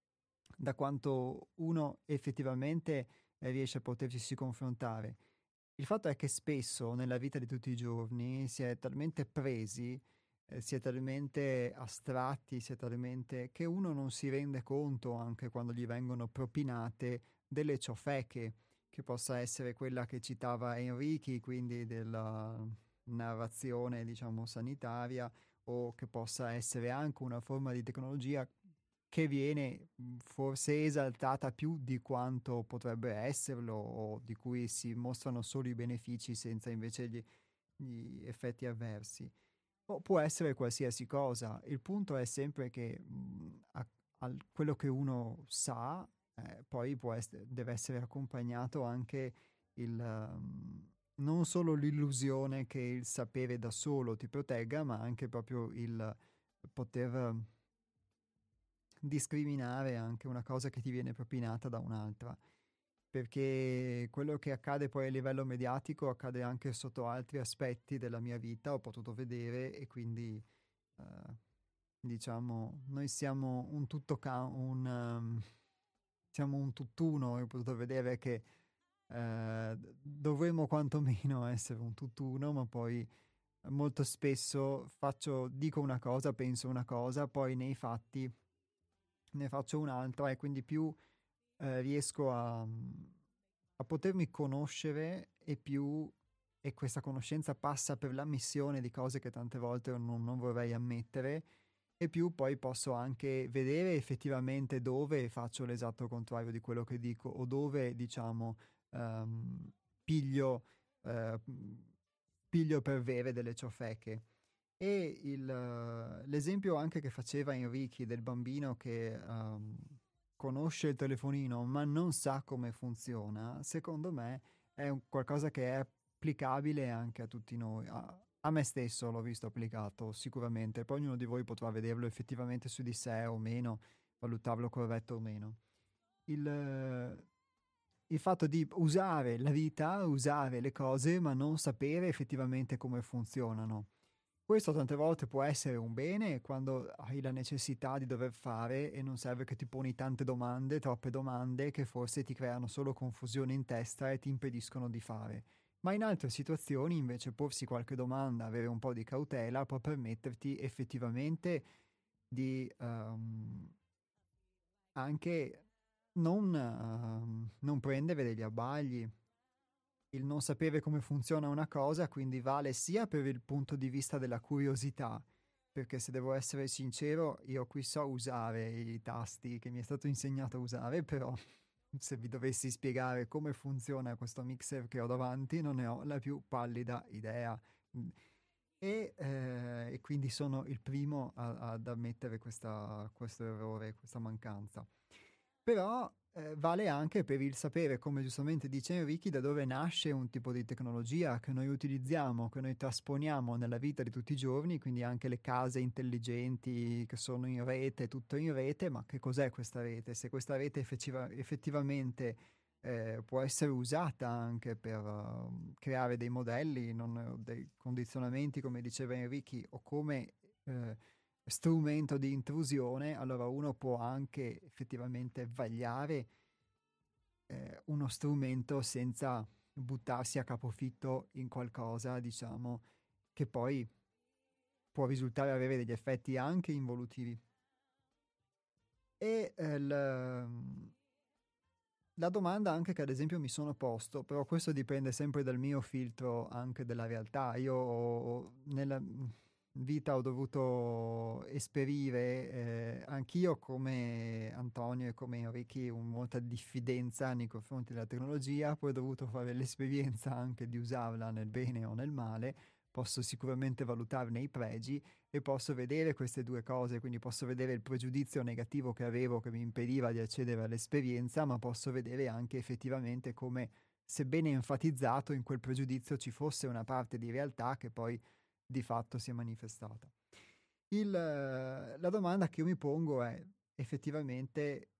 da quanto uno effettivamente eh, riesce a potersi confrontare. Il fatto è che spesso nella vita di tutti i giorni si è talmente presi, eh, si è talmente astratti, si è talmente che uno non si rende conto anche quando gli vengono propinate delle ciofeche, che possa essere quella che citava Enrichi, quindi della narrazione, diciamo, sanitaria, o che possa essere anche una forma di tecnologia che viene mh, forse esaltata più di quanto potrebbe esserlo, o di cui si mostrano solo i benefici senza invece gli, gli effetti avversi. O può essere qualsiasi cosa. Il punto è sempre che mh, a- al- quello che uno sa, eh, poi può essere, deve essere accompagnato anche il, um, non solo l'illusione che il sapere da solo ti protegga, ma anche proprio il poter discriminare anche una cosa che ti viene propinata da un'altra, perché quello che accade poi a livello mediatico accade anche sotto altri aspetti della mia vita, ho potuto vedere, e quindi eh, diciamo noi siamo un tutto ca- un, um, siamo un tutt'uno, e ho potuto vedere che eh, dovremmo quantomeno essere un tutt'uno, ma poi molto spesso faccio, dico una cosa, penso una cosa, poi nei fatti ne faccio un'altra, e quindi più eh, riesco a, a potermi conoscere, e più e questa conoscenza passa per l'ammissione di cose che tante volte non, non vorrei ammettere, e più poi posso anche vedere effettivamente dove faccio l'esatto contrario di quello che dico, o dove diciamo ehm, piglio, eh, piglio per vere delle ciofeche. E il, eh, l'esempio anche che faceva Enrichi del bambino che ehm, conosce il telefonino ma non sa come funziona, secondo me è un qualcosa che è applicabile anche a tutti noi. A, a me stesso l'ho visto applicato sicuramente, poi ognuno di voi potrà vederlo effettivamente su di sé o meno, valutarlo corretto o meno. Il, eh, il fatto di usare la vita, usare le cose, ma non sapere effettivamente come funzionano. Questo tante volte può essere un bene quando hai la necessità di dover fare e non serve che ti poni tante domande, troppe domande, che forse ti creano solo confusione in testa e ti impediscono di fare. Ma in altre situazioni invece porsi qualche domanda, avere un po' di cautela può permetterti effettivamente di ehm, anche non, ehm, non prendere degli abbagli. Il non sapere come funziona una cosa quindi vale sia per il punto di vista della curiosità, perché se devo essere sincero, io qui so usare i tasti che mi è stato insegnato a usare, però se vi dovessi spiegare come funziona questo mixer che ho davanti, non ne ho la più pallida idea. Mm. E, eh, e quindi sono il primo a- ad ammettere questa- questo errore, questa mancanza. Però eh, vale anche per il sapere, come giustamente dice Enrichi, da dove nasce un tipo di tecnologia che noi utilizziamo, che noi trasponiamo nella vita di tutti i giorni, quindi anche le case intelligenti che sono in rete, tutto in rete, ma che cos'è questa rete? Se questa rete effettiva- effettivamente eh, può essere usata anche per uh, creare dei modelli, non, dei condizionamenti, come diceva Enrichi, o come eh, strumento di intrusione, allora uno può anche effettivamente vagliare eh, uno strumento senza buttarsi a capofitto in qualcosa, diciamo, che poi può risultare avere degli effetti anche involutivi. E eh, l, la domanda anche che ad esempio mi sono posto, però questo dipende sempre dal mio filtro anche della realtà. Io ho, nella vita ho dovuto esperire eh, anch'io come Antonio e come Enrichi un, molta diffidenza nei confronti della tecnologia, poi ho dovuto fare l'esperienza anche di usarla nel bene o nel male. Posso sicuramente valutarne i pregi e posso vedere queste due cose, quindi posso vedere il pregiudizio negativo che avevo che mi impediva di accedere all'esperienza, ma posso vedere anche effettivamente come, sebbene enfatizzato, in quel pregiudizio ci fosse una parte di realtà che poi di fatto si è manifestata. Il, la domanda che io mi pongo è effettivamente,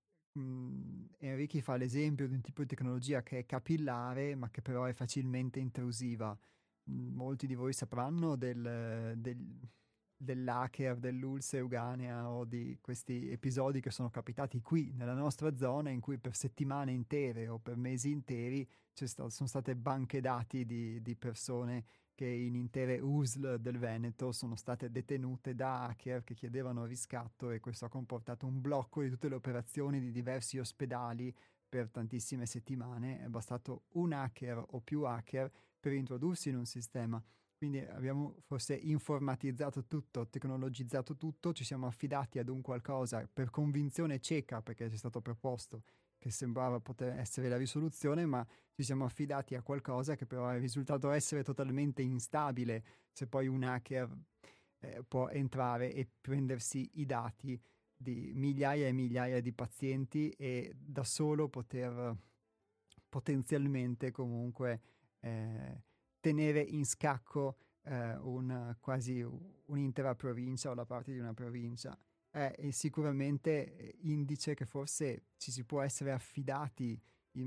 mh, Enrichi fa l'esempio di un tipo di tecnologia che è capillare ma che però è facilmente intrusiva. Mh, molti di voi sapranno del, del, dell'hacker dell'U L S S Euganea o di questi episodi che sono capitati qui nella nostra zona in cui per settimane intere o per mesi interi c'è sta- sono state banche dati di, di persone che in intere U S L del Veneto sono state detenute da hacker che chiedevano riscatto, e questo ha comportato un blocco di tutte le operazioni di diversi ospedali per tantissime settimane. È bastato un hacker o più hacker per introdursi in un sistema. Quindi abbiamo forse informatizzato tutto, tecnologizzato tutto, ci siamo affidati ad un qualcosa per convinzione cieca, perché ci è stato proposto che sembrava poter essere la risoluzione, ma ci siamo affidati a qualcosa che però è risultato essere totalmente instabile, se poi un hacker eh, può entrare e prendersi i dati di migliaia e migliaia di pazienti e da solo poter potenzialmente comunque eh, tenere in scacco eh, un, quasi un'intera provincia o la parte di una provincia. È sicuramente indice che forse ci si può essere affidati in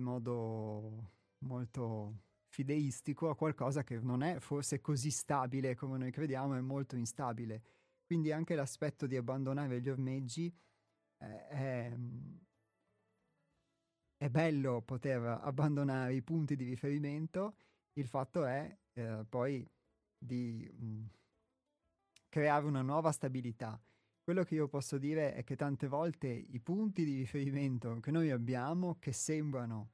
modo molto fideistico a qualcosa che non è forse così stabile come noi crediamo, è molto instabile. Quindi anche l'aspetto di abbandonare gli ormeggi eh, è, è bello poter abbandonare i punti di riferimento, il fatto è eh, poi di mh, creare una nuova stabilità. Quello che io posso dire è che tante volte i punti di riferimento che noi abbiamo, che sembrano,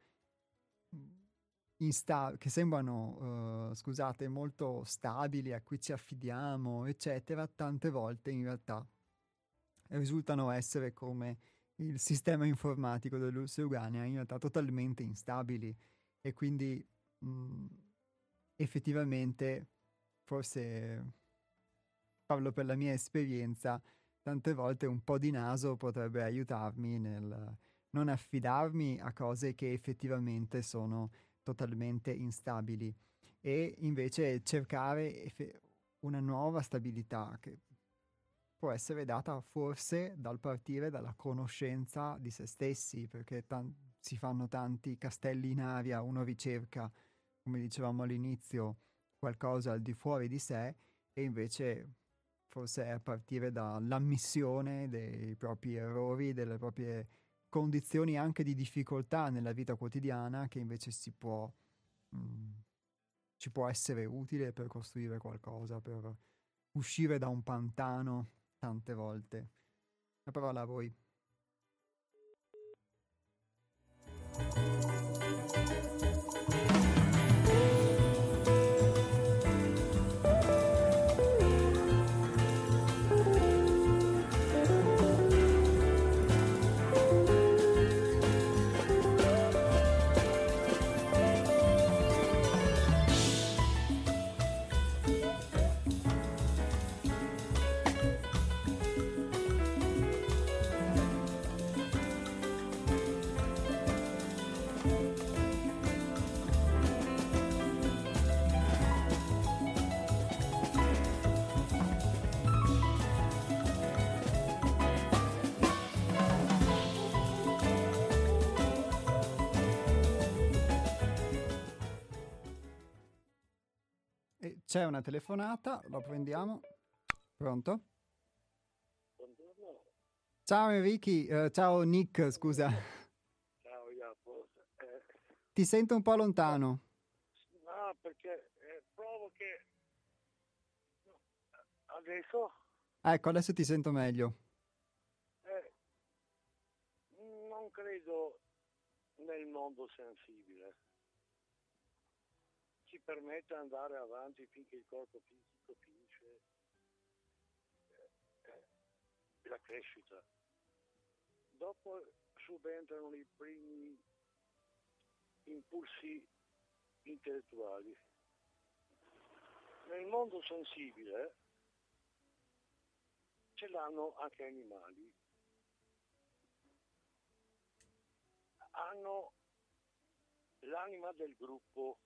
insta- che sembrano uh, scusate, molto stabili, a cui ci affidiamo, eccetera, tante volte in realtà risultano essere come il sistema informatico dell'U L S S Euganea, in realtà totalmente instabili, e quindi mh, effettivamente, forse parlo per la mia esperienza, tante volte un po' di naso potrebbe aiutarmi nel non affidarmi a cose che effettivamente sono totalmente instabili e invece cercare eff- una nuova stabilità che può essere data forse dal partire dalla conoscenza di se stessi, perché tan- si fanno tanti castelli in aria, uno ricerca, come dicevamo all'inizio, qualcosa al di fuori di sé, e invece forse è a partire dall'ammissione dei propri errori, delle proprie condizioni anche di difficoltà nella vita quotidiana, che invece si può, mh, ci può essere utile per costruire qualcosa, per uscire da un pantano tante volte. La parola a voi. E c'è una telefonata, la prendiamo. Pronto? Buongiorno. Ciao Enrichi, eh, ciao Nick, scusa. Ciao Jacopo. Eh, Ti sento un po' lontano. no, perché eh, provo che... Adesso Ecco, adesso ti sento meglio. eh, non credo nel mondo sensibile. Ci permette di andare avanti finché il corpo fisico finisce eh, eh, la crescita. Dopo subentrano i primi impulsi intellettuali. Nel mondo sensibile ce l'hanno anche animali. Hanno l'anima del gruppo,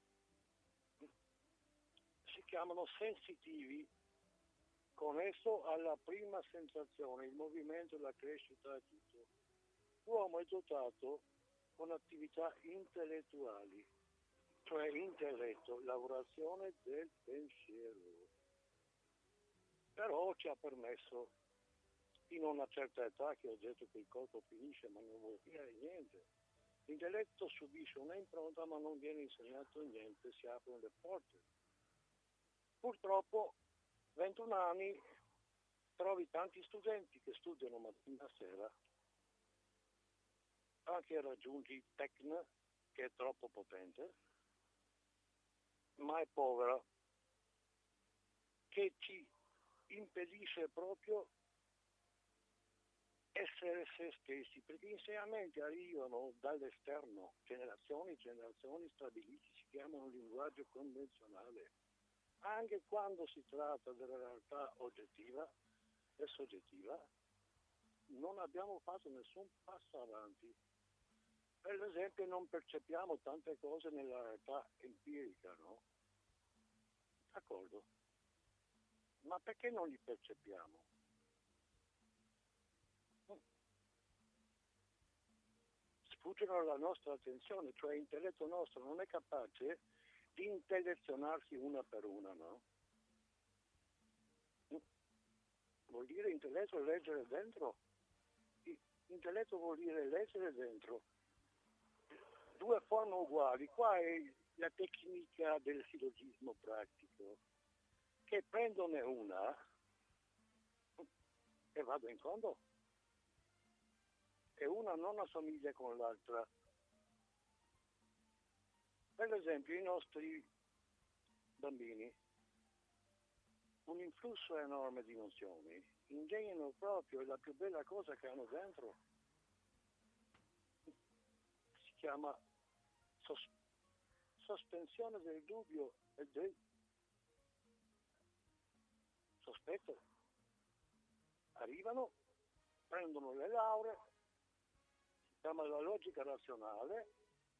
si chiamano sensitivi, connesso alla prima sensazione, il movimento, la crescita e tutto. L'uomo è dotato con attività intellettuali, cioè intelletto, lavorazione del pensiero. Però ci ha permesso, fino a una certa età, che ho detto che il corpo finisce ma non vuol dire niente. L'intelletto subisce una impronta ma non viene insegnato niente, si aprono le porte. Purtroppo, ventuno anni, trovi tanti studenti che studiano mattina e sera, anche raggiungi Tecna, che è troppo potente, ma è povera, che ci impedisce proprio essere se stessi, perché gli insegnamenti arrivano dall'esterno, generazioni e generazioni stabiliti, si chiamano linguaggio convenzionale. Anche quando si tratta della realtà oggettiva e soggettiva, non abbiamo fatto nessun passo avanti. Per esempio non percepiamo tante cose nella realtà empirica, no? D'accordo. Ma perché non li percepiamo? Sfuggono alla nostra attenzione, cioè l'intelletto nostro non è capace di intellezionarsi una per una, no? Vuol dire intelletto leggere dentro. Intelletto vuol dire leggere dentro. Due forme uguali. Qua è la tecnica del sillogismo pratico, che prendone una e vado in fondo. E una non assomiglia con l'altra. Per esempio i nostri bambini, un influsso enorme di nozioni, ingegnano proprio la più bella cosa che hanno dentro. Si chiama sos- sospensione del dubbio e del sospetto. Arrivano, prendono le lauree, si chiama la logica razionale,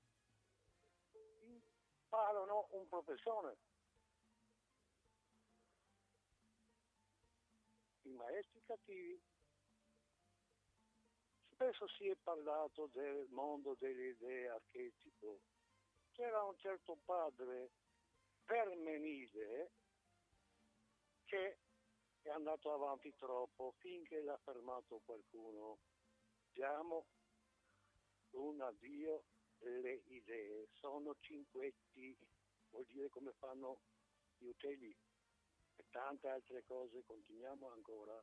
imparano un professore. I maestri cattivi. Spesso si è parlato del mondo delle idee archetipo. C'era un certo padre Parmenide che è andato avanti troppo finché l'ha fermato qualcuno. Diamo un addio alle idee, sono cinquetti, vuol dire come fanno gli uccelli e tante altre cose, continuiamo ancora.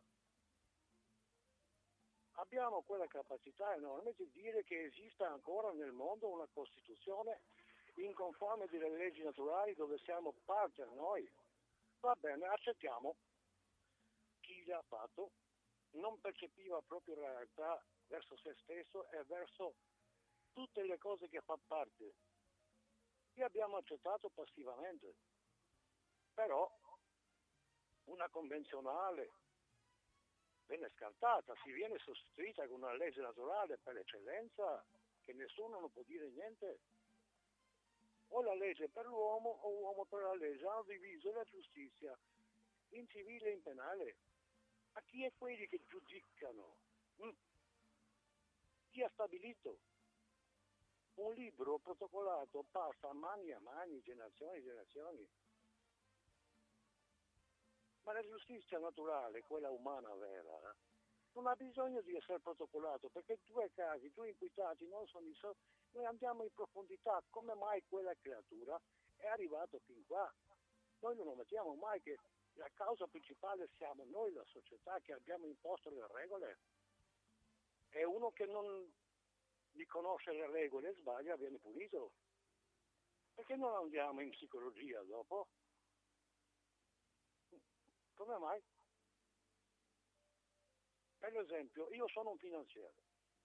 Abbiamo quella capacità enorme di dire che esiste ancora nel mondo una Costituzione inconforme delle leggi naturali dove siamo partner noi. Va bene, accettiamo. Chi l'ha fatto non percepiva proprio la realtà verso se stesso e verso tutte le cose che fa parte. Li abbiamo accettato passivamente. Però una convenzionale viene scartata, si viene sostituita con una legge naturale per eccellenza che nessuno non può dire niente. O la legge per l'uomo o l'uomo per la legge. Hanno diviso la giustizia in civile e in penale. Ma chi è quelli che giudicano? Mm? Chi ha stabilito? Un libro protocollato passa mani a mani, generazioni e generazioni. Ma la giustizia naturale, quella umana vera, non ha bisogno di essere protocollato, perché due casi, due imputati non sono risolti. Noi andiamo in profondità, come mai quella creatura è arrivata fin qua? Noi non ammettiamo mai che La causa principale siamo noi, la società, che abbiamo imposto le regole. E uno che non riconosce le regole e sbaglia viene punito. Perché non andiamo in psicologia dopo? Come mai? Per esempio, io sono un finanziere.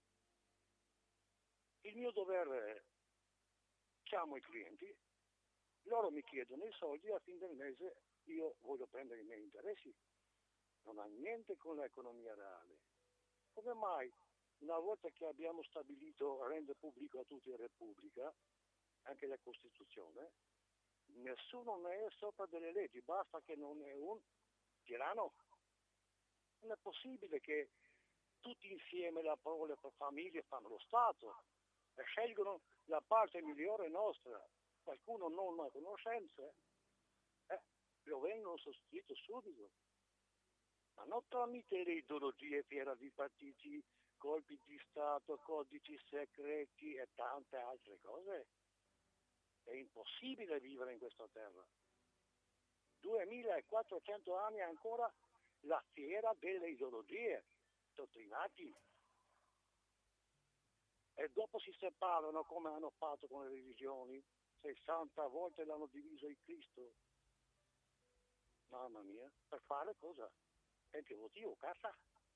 Il mio dovere è, chiamo i clienti, loro mi chiedono i soldi e a fine del mese io voglio prendere i miei interessi. Non ha niente con l'economia reale. Come mai una volta che abbiamo stabilito rende pubblico a tutti la Repubblica, anche la Costituzione, nessuno ne è sopra delle leggi, basta che non è un tirano. Non è possibile che tutti insieme, la parola per famiglie, fanno lo Stato e scelgono la parte migliore nostra. Qualcuno non ha conoscenze, eh, lo vengono sostituito subito. Ma non tramite le ideologie fiera di partiti, colpi di Stato, codici segreti e tante altre cose. È impossibile vivere in questa terra. duemilaquattrocento anni ancora la fiera delle ideologie, dottrinati. E dopo si separano come hanno fatto con le religioni. sessanta volte l'hanno diviso il Cristo. Mamma mia, per fare cosa? Per che motivo? Cassa?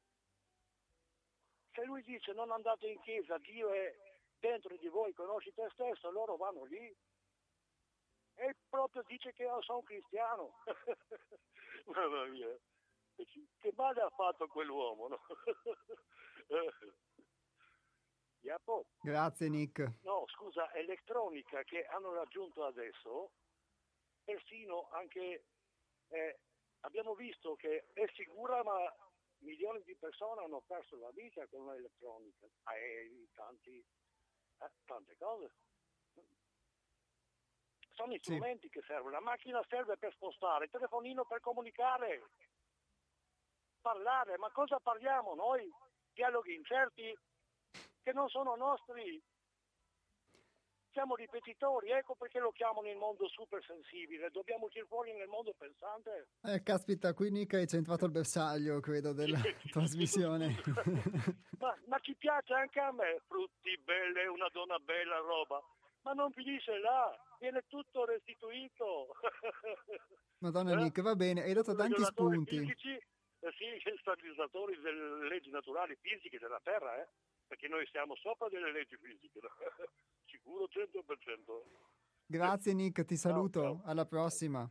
Se lui dice non andate in chiesa, Dio è dentro di voi, conosci te stesso, loro vanno lì. E proprio dice che io sono cristiano. Mamma mia, che male ha fatto quell'uomo, no? Iapo. Grazie Nick. No, scusa, elettronica che hanno raggiunto adesso, persino anche, eh, abbiamo visto che è sicura, ma milioni di persone hanno perso la vita con l'elettronica, aerei, tanti, eh, tante cose. Sono strumenti sì. Che servono, la macchina serve per spostare, il telefonino per comunicare, parlare, ma cosa parliamo noi? Dialoghi incerti che non sono nostri, siamo ripetitori, ecco perché lo chiamano il mondo super sensibile, dobbiamo uscire fuori nel mondo pensante. Eh, caspita, qui Nick hai centrato il bersaglio, credo, della trasmissione. ma, ma ci piace anche a me, frutti belle, una donna bella, roba, ma non finisce là, viene tutto restituito. Madonna eh? Nick, va bene, hai dato tanti spunti. Fisici, eh sì, stabilizzatori delle leggi naturali fisiche della Terra, eh? Perché noi siamo sopra delle leggi fisiche, no? Sicuro cento per cento. Grazie Nick, ti saluto, ciao, ciao. Alla prossima.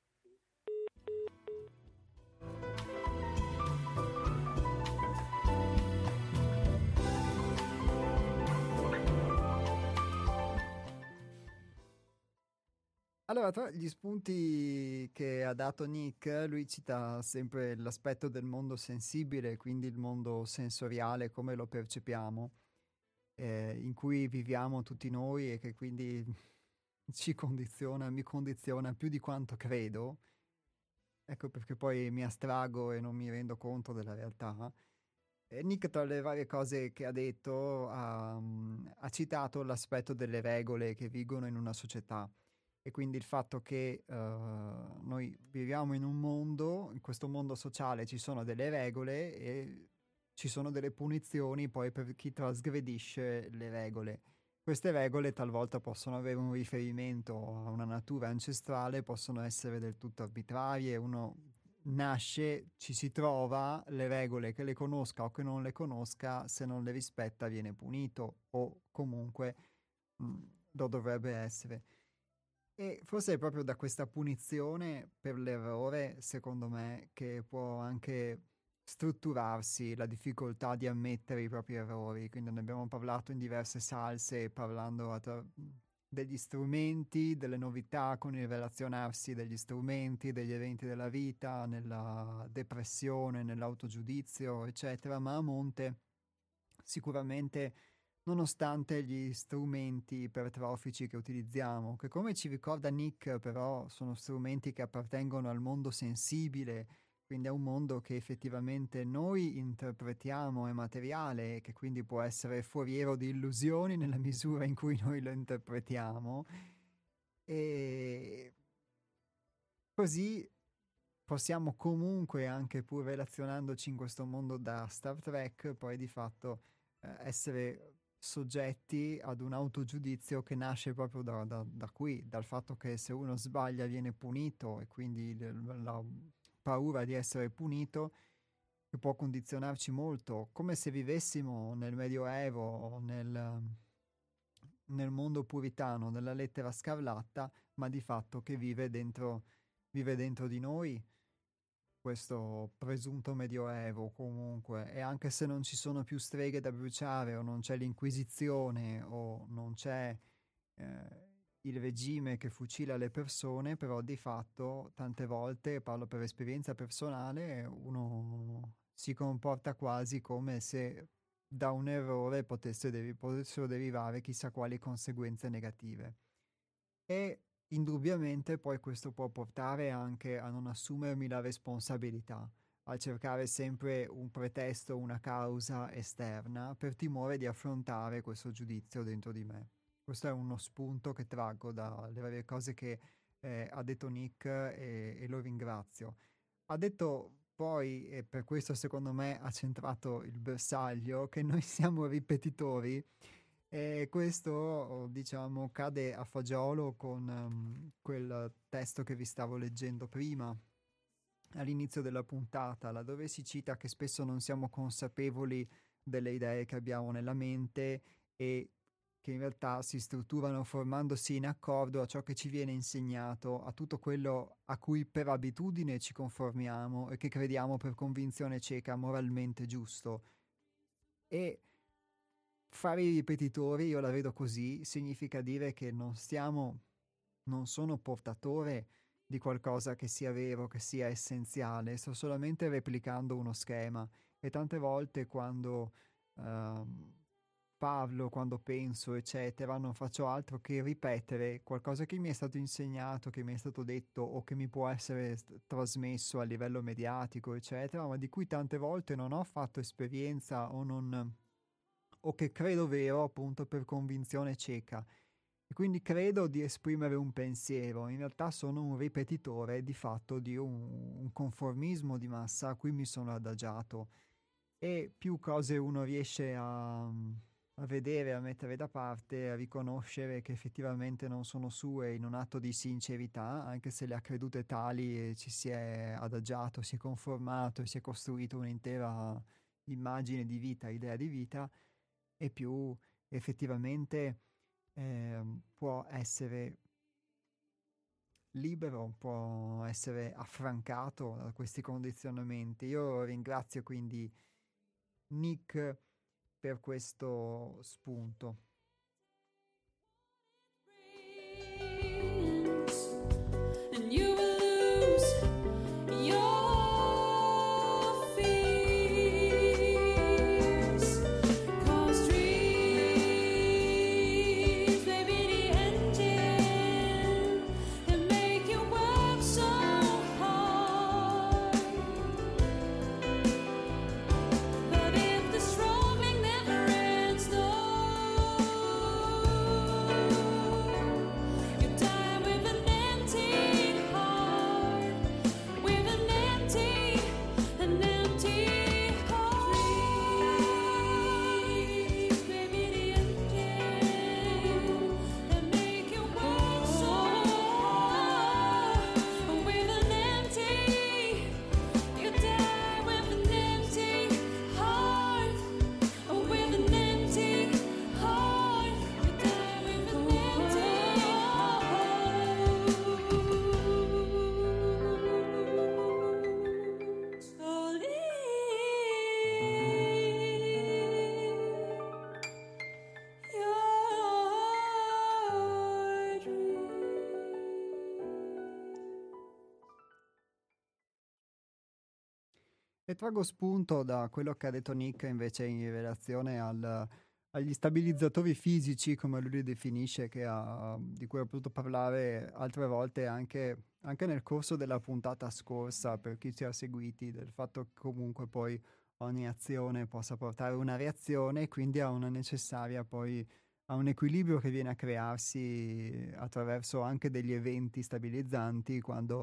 Allora, tra gli spunti che ha dato Nick, lui cita sempre l'aspetto del mondo sensibile, quindi il mondo sensoriale, come lo percepiamo, eh, in cui viviamo tutti noi e che quindi ci condiziona, mi condiziona più di quanto credo. Ecco perché poi mi astrago e non mi rendo conto della realtà. E Nick, tra le varie cose che ha detto, ha, ha citato l'aspetto delle regole che vigono in una società. E quindi il fatto che uh, noi viviamo in un mondo, in questo mondo sociale ci sono delle regole e ci sono delle punizioni poi per chi trasgredisce le regole. Queste regole talvolta possono avere un riferimento a una natura ancestrale, possono essere del tutto arbitrarie, uno nasce, ci si trova, le regole che le conosca o che non le conosca, se non le rispetta viene punito o comunque mh, lo dovrebbe essere. E forse è proprio da questa punizione per l'errore, secondo me, che può anche strutturarsi la difficoltà di ammettere i propri errori. Quindi ne abbiamo parlato in diverse salse, parlando attra- degli strumenti, delle novità con il relazionarsi degli strumenti, degli eventi della vita, nella depressione, nell'autogiudizio, eccetera, ma a monte sicuramente nonostante gli strumenti ipertrofici che utilizziamo, che come ci ricorda Nick però sono strumenti che appartengono al mondo sensibile, quindi a un mondo che effettivamente noi interpretiamo è materiale e che quindi può essere foriero di illusioni nella misura in cui noi lo interpretiamo. E così possiamo comunque, anche pur relazionandoci in questo mondo da Star Trek, poi di fatto eh, essere soggetti ad un autogiudizio che nasce proprio da, da, da qui, dal fatto che se uno sbaglia viene punito, e quindi l- la paura di essere punito, che può condizionarci molto, come se vivessimo nel Medioevo o nel, nel mondo puritano della lettera scarlatta, ma di fatto che vive dentro, vive dentro di noi questo presunto medioevo comunque. E anche se non ci sono più streghe da bruciare, o non c'è l'Inquisizione, o non c'è eh, il regime che fucila le persone, però di fatto tante volte, parlo per esperienza personale, uno si comporta quasi come se da un errore potesse deri- potessero derivare chissà quali conseguenze negative. E indubbiamente poi questo può portare anche a non assumermi la responsabilità, a cercare sempre un pretesto, una causa esterna per timore di affrontare questo giudizio dentro di me. Questo è uno spunto che traggo dalle varie cose che eh, ha detto Nick, e, e lo ringrazio. Ha detto poi, e per questo secondo me ha centrato il bersaglio, che noi siamo ripetitori. E questo, diciamo, cade a fagiolo con um, quel testo che vi stavo leggendo prima, all'inizio della puntata, laddove si cita che spesso non siamo consapevoli delle idee che abbiamo nella mente e che in realtà si strutturano formandosi in accordo a ciò che ci viene insegnato, a tutto quello a cui per abitudine ci conformiamo e che crediamo per convinzione cieca moralmente giusto. E fare i ripetitori, io la vedo così, significa dire che non stiamo, non sono portatore di qualcosa che sia vero, che sia essenziale, sto solamente replicando uno schema. E tante volte quando ehm, parlo, quando penso, eccetera, non faccio altro che ripetere qualcosa che mi è stato insegnato, che mi è stato detto o che mi può essere st- trasmesso a livello mediatico, eccetera, ma di cui tante volte non ho fatto esperienza o non o che credo vero appunto per convinzione cieca. E quindi credo di esprimere un pensiero, in realtà sono un ripetitore di fatto di un, un conformismo di massa a cui mi sono adagiato. E più cose uno riesce a, a vedere, a mettere da parte, a riconoscere che effettivamente non sono sue in un atto di sincerità, anche se le ha credute tali e ci si è adagiato, si è conformato e si è costruito un'intera immagine di vita, idea di vita, e più effettivamente eh, può essere libero, può essere affrancato da questi condizionamenti. Io ringrazio quindi Nick per questo spunto. E traggo spunto da quello che ha detto Nick invece in relazione al, agli stabilizzatori fisici, come lui li definisce, che ha, di cui ho potuto parlare altre volte anche, anche nel corso della puntata scorsa, per chi ci ha seguiti, del fatto che comunque poi ogni azione possa portare una reazione e quindi a una necessaria poi a un equilibrio che viene a crearsi attraverso anche degli eventi stabilizzanti quando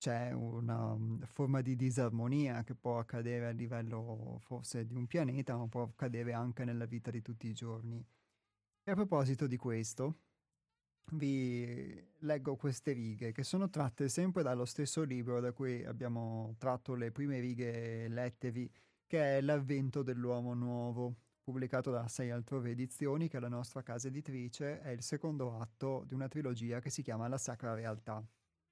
c'è una um, forma di disarmonia che può accadere a livello forse di un pianeta, ma può accadere anche nella vita di tutti i giorni. E a proposito di questo, vi leggo queste righe che sono tratte sempre dallo stesso libro da cui abbiamo tratto le prime righe lettevi, che è L'avvento dell'uomo nuovo, pubblicato da Sei Altrove Edizioni, che è la nostra casa editrice, è il secondo atto di una trilogia che si chiama La Sacra Realtà.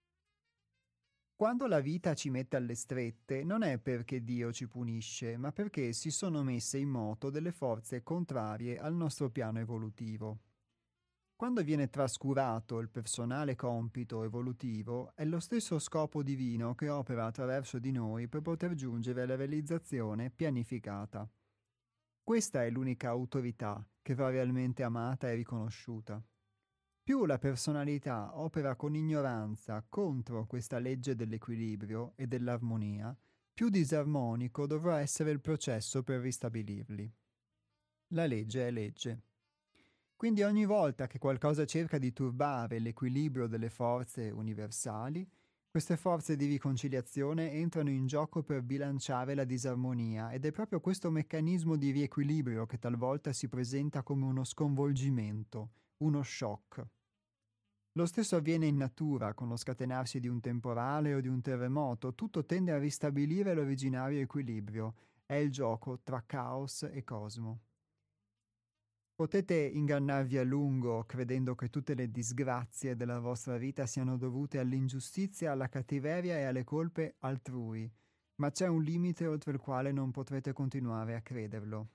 Quando la vita ci mette alle strette, non è perché Dio ci punisce, ma perché si sono messe in moto delle forze contrarie al nostro piano evolutivo. Quando viene trascurato il personale compito evolutivo, è lo stesso scopo divino che opera attraverso di noi per poter giungere alla realizzazione pianificata. Questa è l'unica autorità che va realmente amata e riconosciuta. Più la personalità opera con ignoranza contro questa legge dell'equilibrio e dell'armonia, più disarmonico dovrà essere il processo per ristabilirli. La legge è legge. Quindi ogni volta che qualcosa cerca di turbare l'equilibrio delle forze universali, queste forze di riconciliazione entrano in gioco per bilanciare la disarmonia, ed è proprio questo meccanismo di riequilibrio che talvolta si presenta come uno sconvolgimento, uno shock. Lo stesso avviene in natura, con lo scatenarsi di un temporale o di un terremoto. Tutto tende a ristabilire l'originario equilibrio. È il gioco tra caos e cosmo. Potete ingannarvi a lungo credendo che tutte le disgrazie della vostra vita siano dovute all'ingiustizia, alla cattiveria e alle colpe altrui, ma c'è un limite oltre il quale non potrete continuare a crederlo.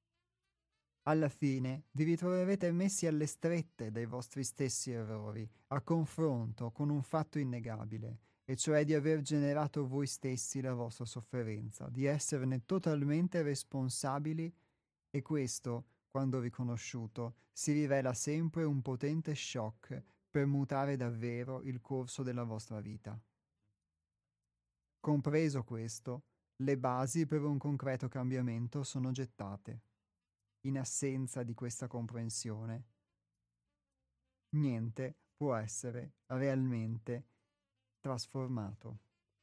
Alla fine vi ritroverete messi alle strette dai vostri stessi errori, a confronto con un fatto innegabile, e cioè di aver generato voi stessi la vostra sofferenza, di esserne totalmente responsabili, e questo, quando riconosciuto, si rivela sempre un potente shock per mutare davvero il corso della vostra vita. Compreso questo, le basi per un concreto cambiamento sono gettate. In assenza di questa comprensione, niente può essere realmente trasformato.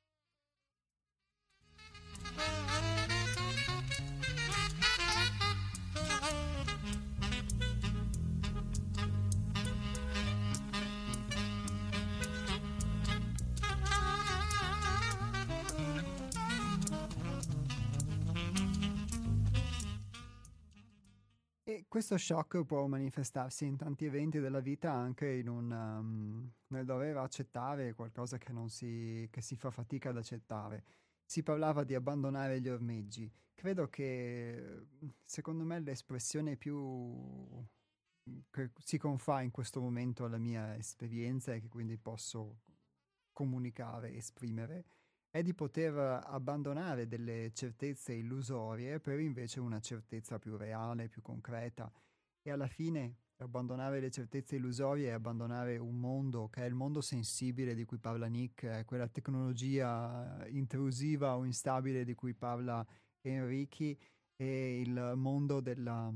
E questo shock può manifestarsi in tanti eventi della vita, anche in un, um, nel dover accettare qualcosa che, non si, che si fa fatica ad accettare. Si parlava di abbandonare gli ormeggi. Credo che, secondo me, l'espressione più che si confà in questo momento alla mia esperienza, e che quindi posso comunicare, esprimere, è di poter abbandonare delle certezze illusorie per invece una certezza più reale, più concreta. E alla fine abbandonare le certezze illusorie è abbandonare un mondo che è il mondo sensibile di cui parla Nick, quella tecnologia intrusiva o instabile di cui parla Enrichi, e il mondo della,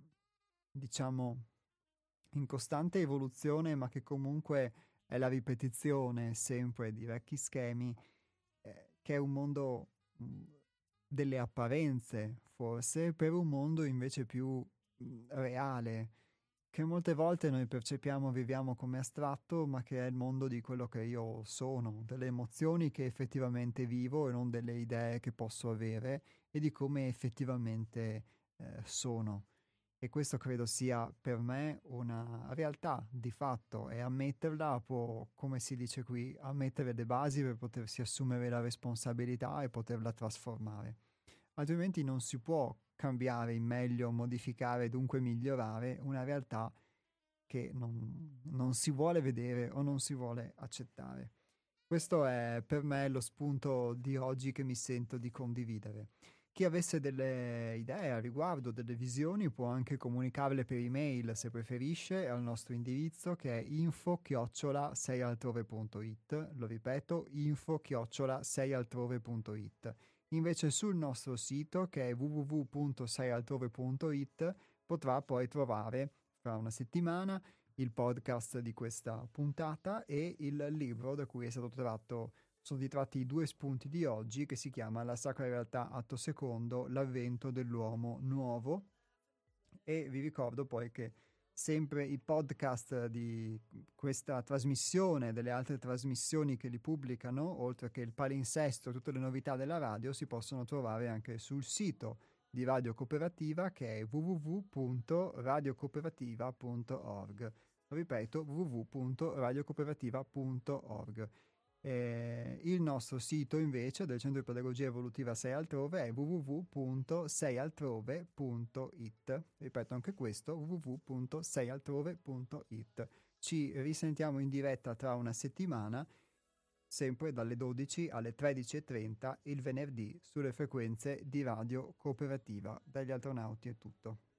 diciamo, in costante evoluzione, ma che comunque è la ripetizione sempre di vecchi schemi, eh, che è un mondo mh, delle apparenze, forse, per un mondo invece più mh, reale, che molte volte noi percepiamo, viviamo come astratto, ma che è il mondo di quello che io sono, delle emozioni che effettivamente vivo e non delle idee che posso avere, e di come effettivamente eh, sono. E questo credo sia per me una realtà di fatto, e ammetterla può, come si dice qui, ammettere le basi per potersi assumere la responsabilità e poterla trasformare. Altrimenti non si può cambiare in meglio, modificare, dunque migliorare una realtà che non, non si vuole vedere o non si vuole accettare. Questo è per me lo spunto di oggi che mi sento di condividere. Chi avesse delle idee al riguardo, delle visioni, può anche comunicarle per email, se preferisce, al nostro indirizzo, che è info chiocciola seialtrove punto it. Lo ripeto, info chiocciola seialtrove punto it. Invece sul nostro sito, che è w w w punto seialtrove punto it, potrà poi trovare fra una settimana il podcast di questa puntata e il libro da cui è stato tratto sono ritratti i due spunti di oggi, che si chiama La Sacra Realtà atto secondo, l'avvento dell'uomo nuovo. E vi ricordo poi che sempre i podcast di questa trasmissione, delle altre trasmissioni che li pubblicano, oltre che il palinsesto, tutte le novità della radio, si possono trovare anche sul sito di Radio Cooperativa, che è w w w punto radio cooperativa punto org. Ripeto, w w w punto radio cooperativa punto org. Eh, il nostro sito invece del Centro di Pedagogia Evolutiva sei Altrove è w w w punto sei altrove punto i t. Ripeto anche questo, w w w punto sei altrove punto i t. Ci risentiamo in diretta tra una settimana, sempre dalle dodici alle tredici e trenta il venerdì sulle frequenze di Radio Cooperativa. Dagli Altronauti è tutto.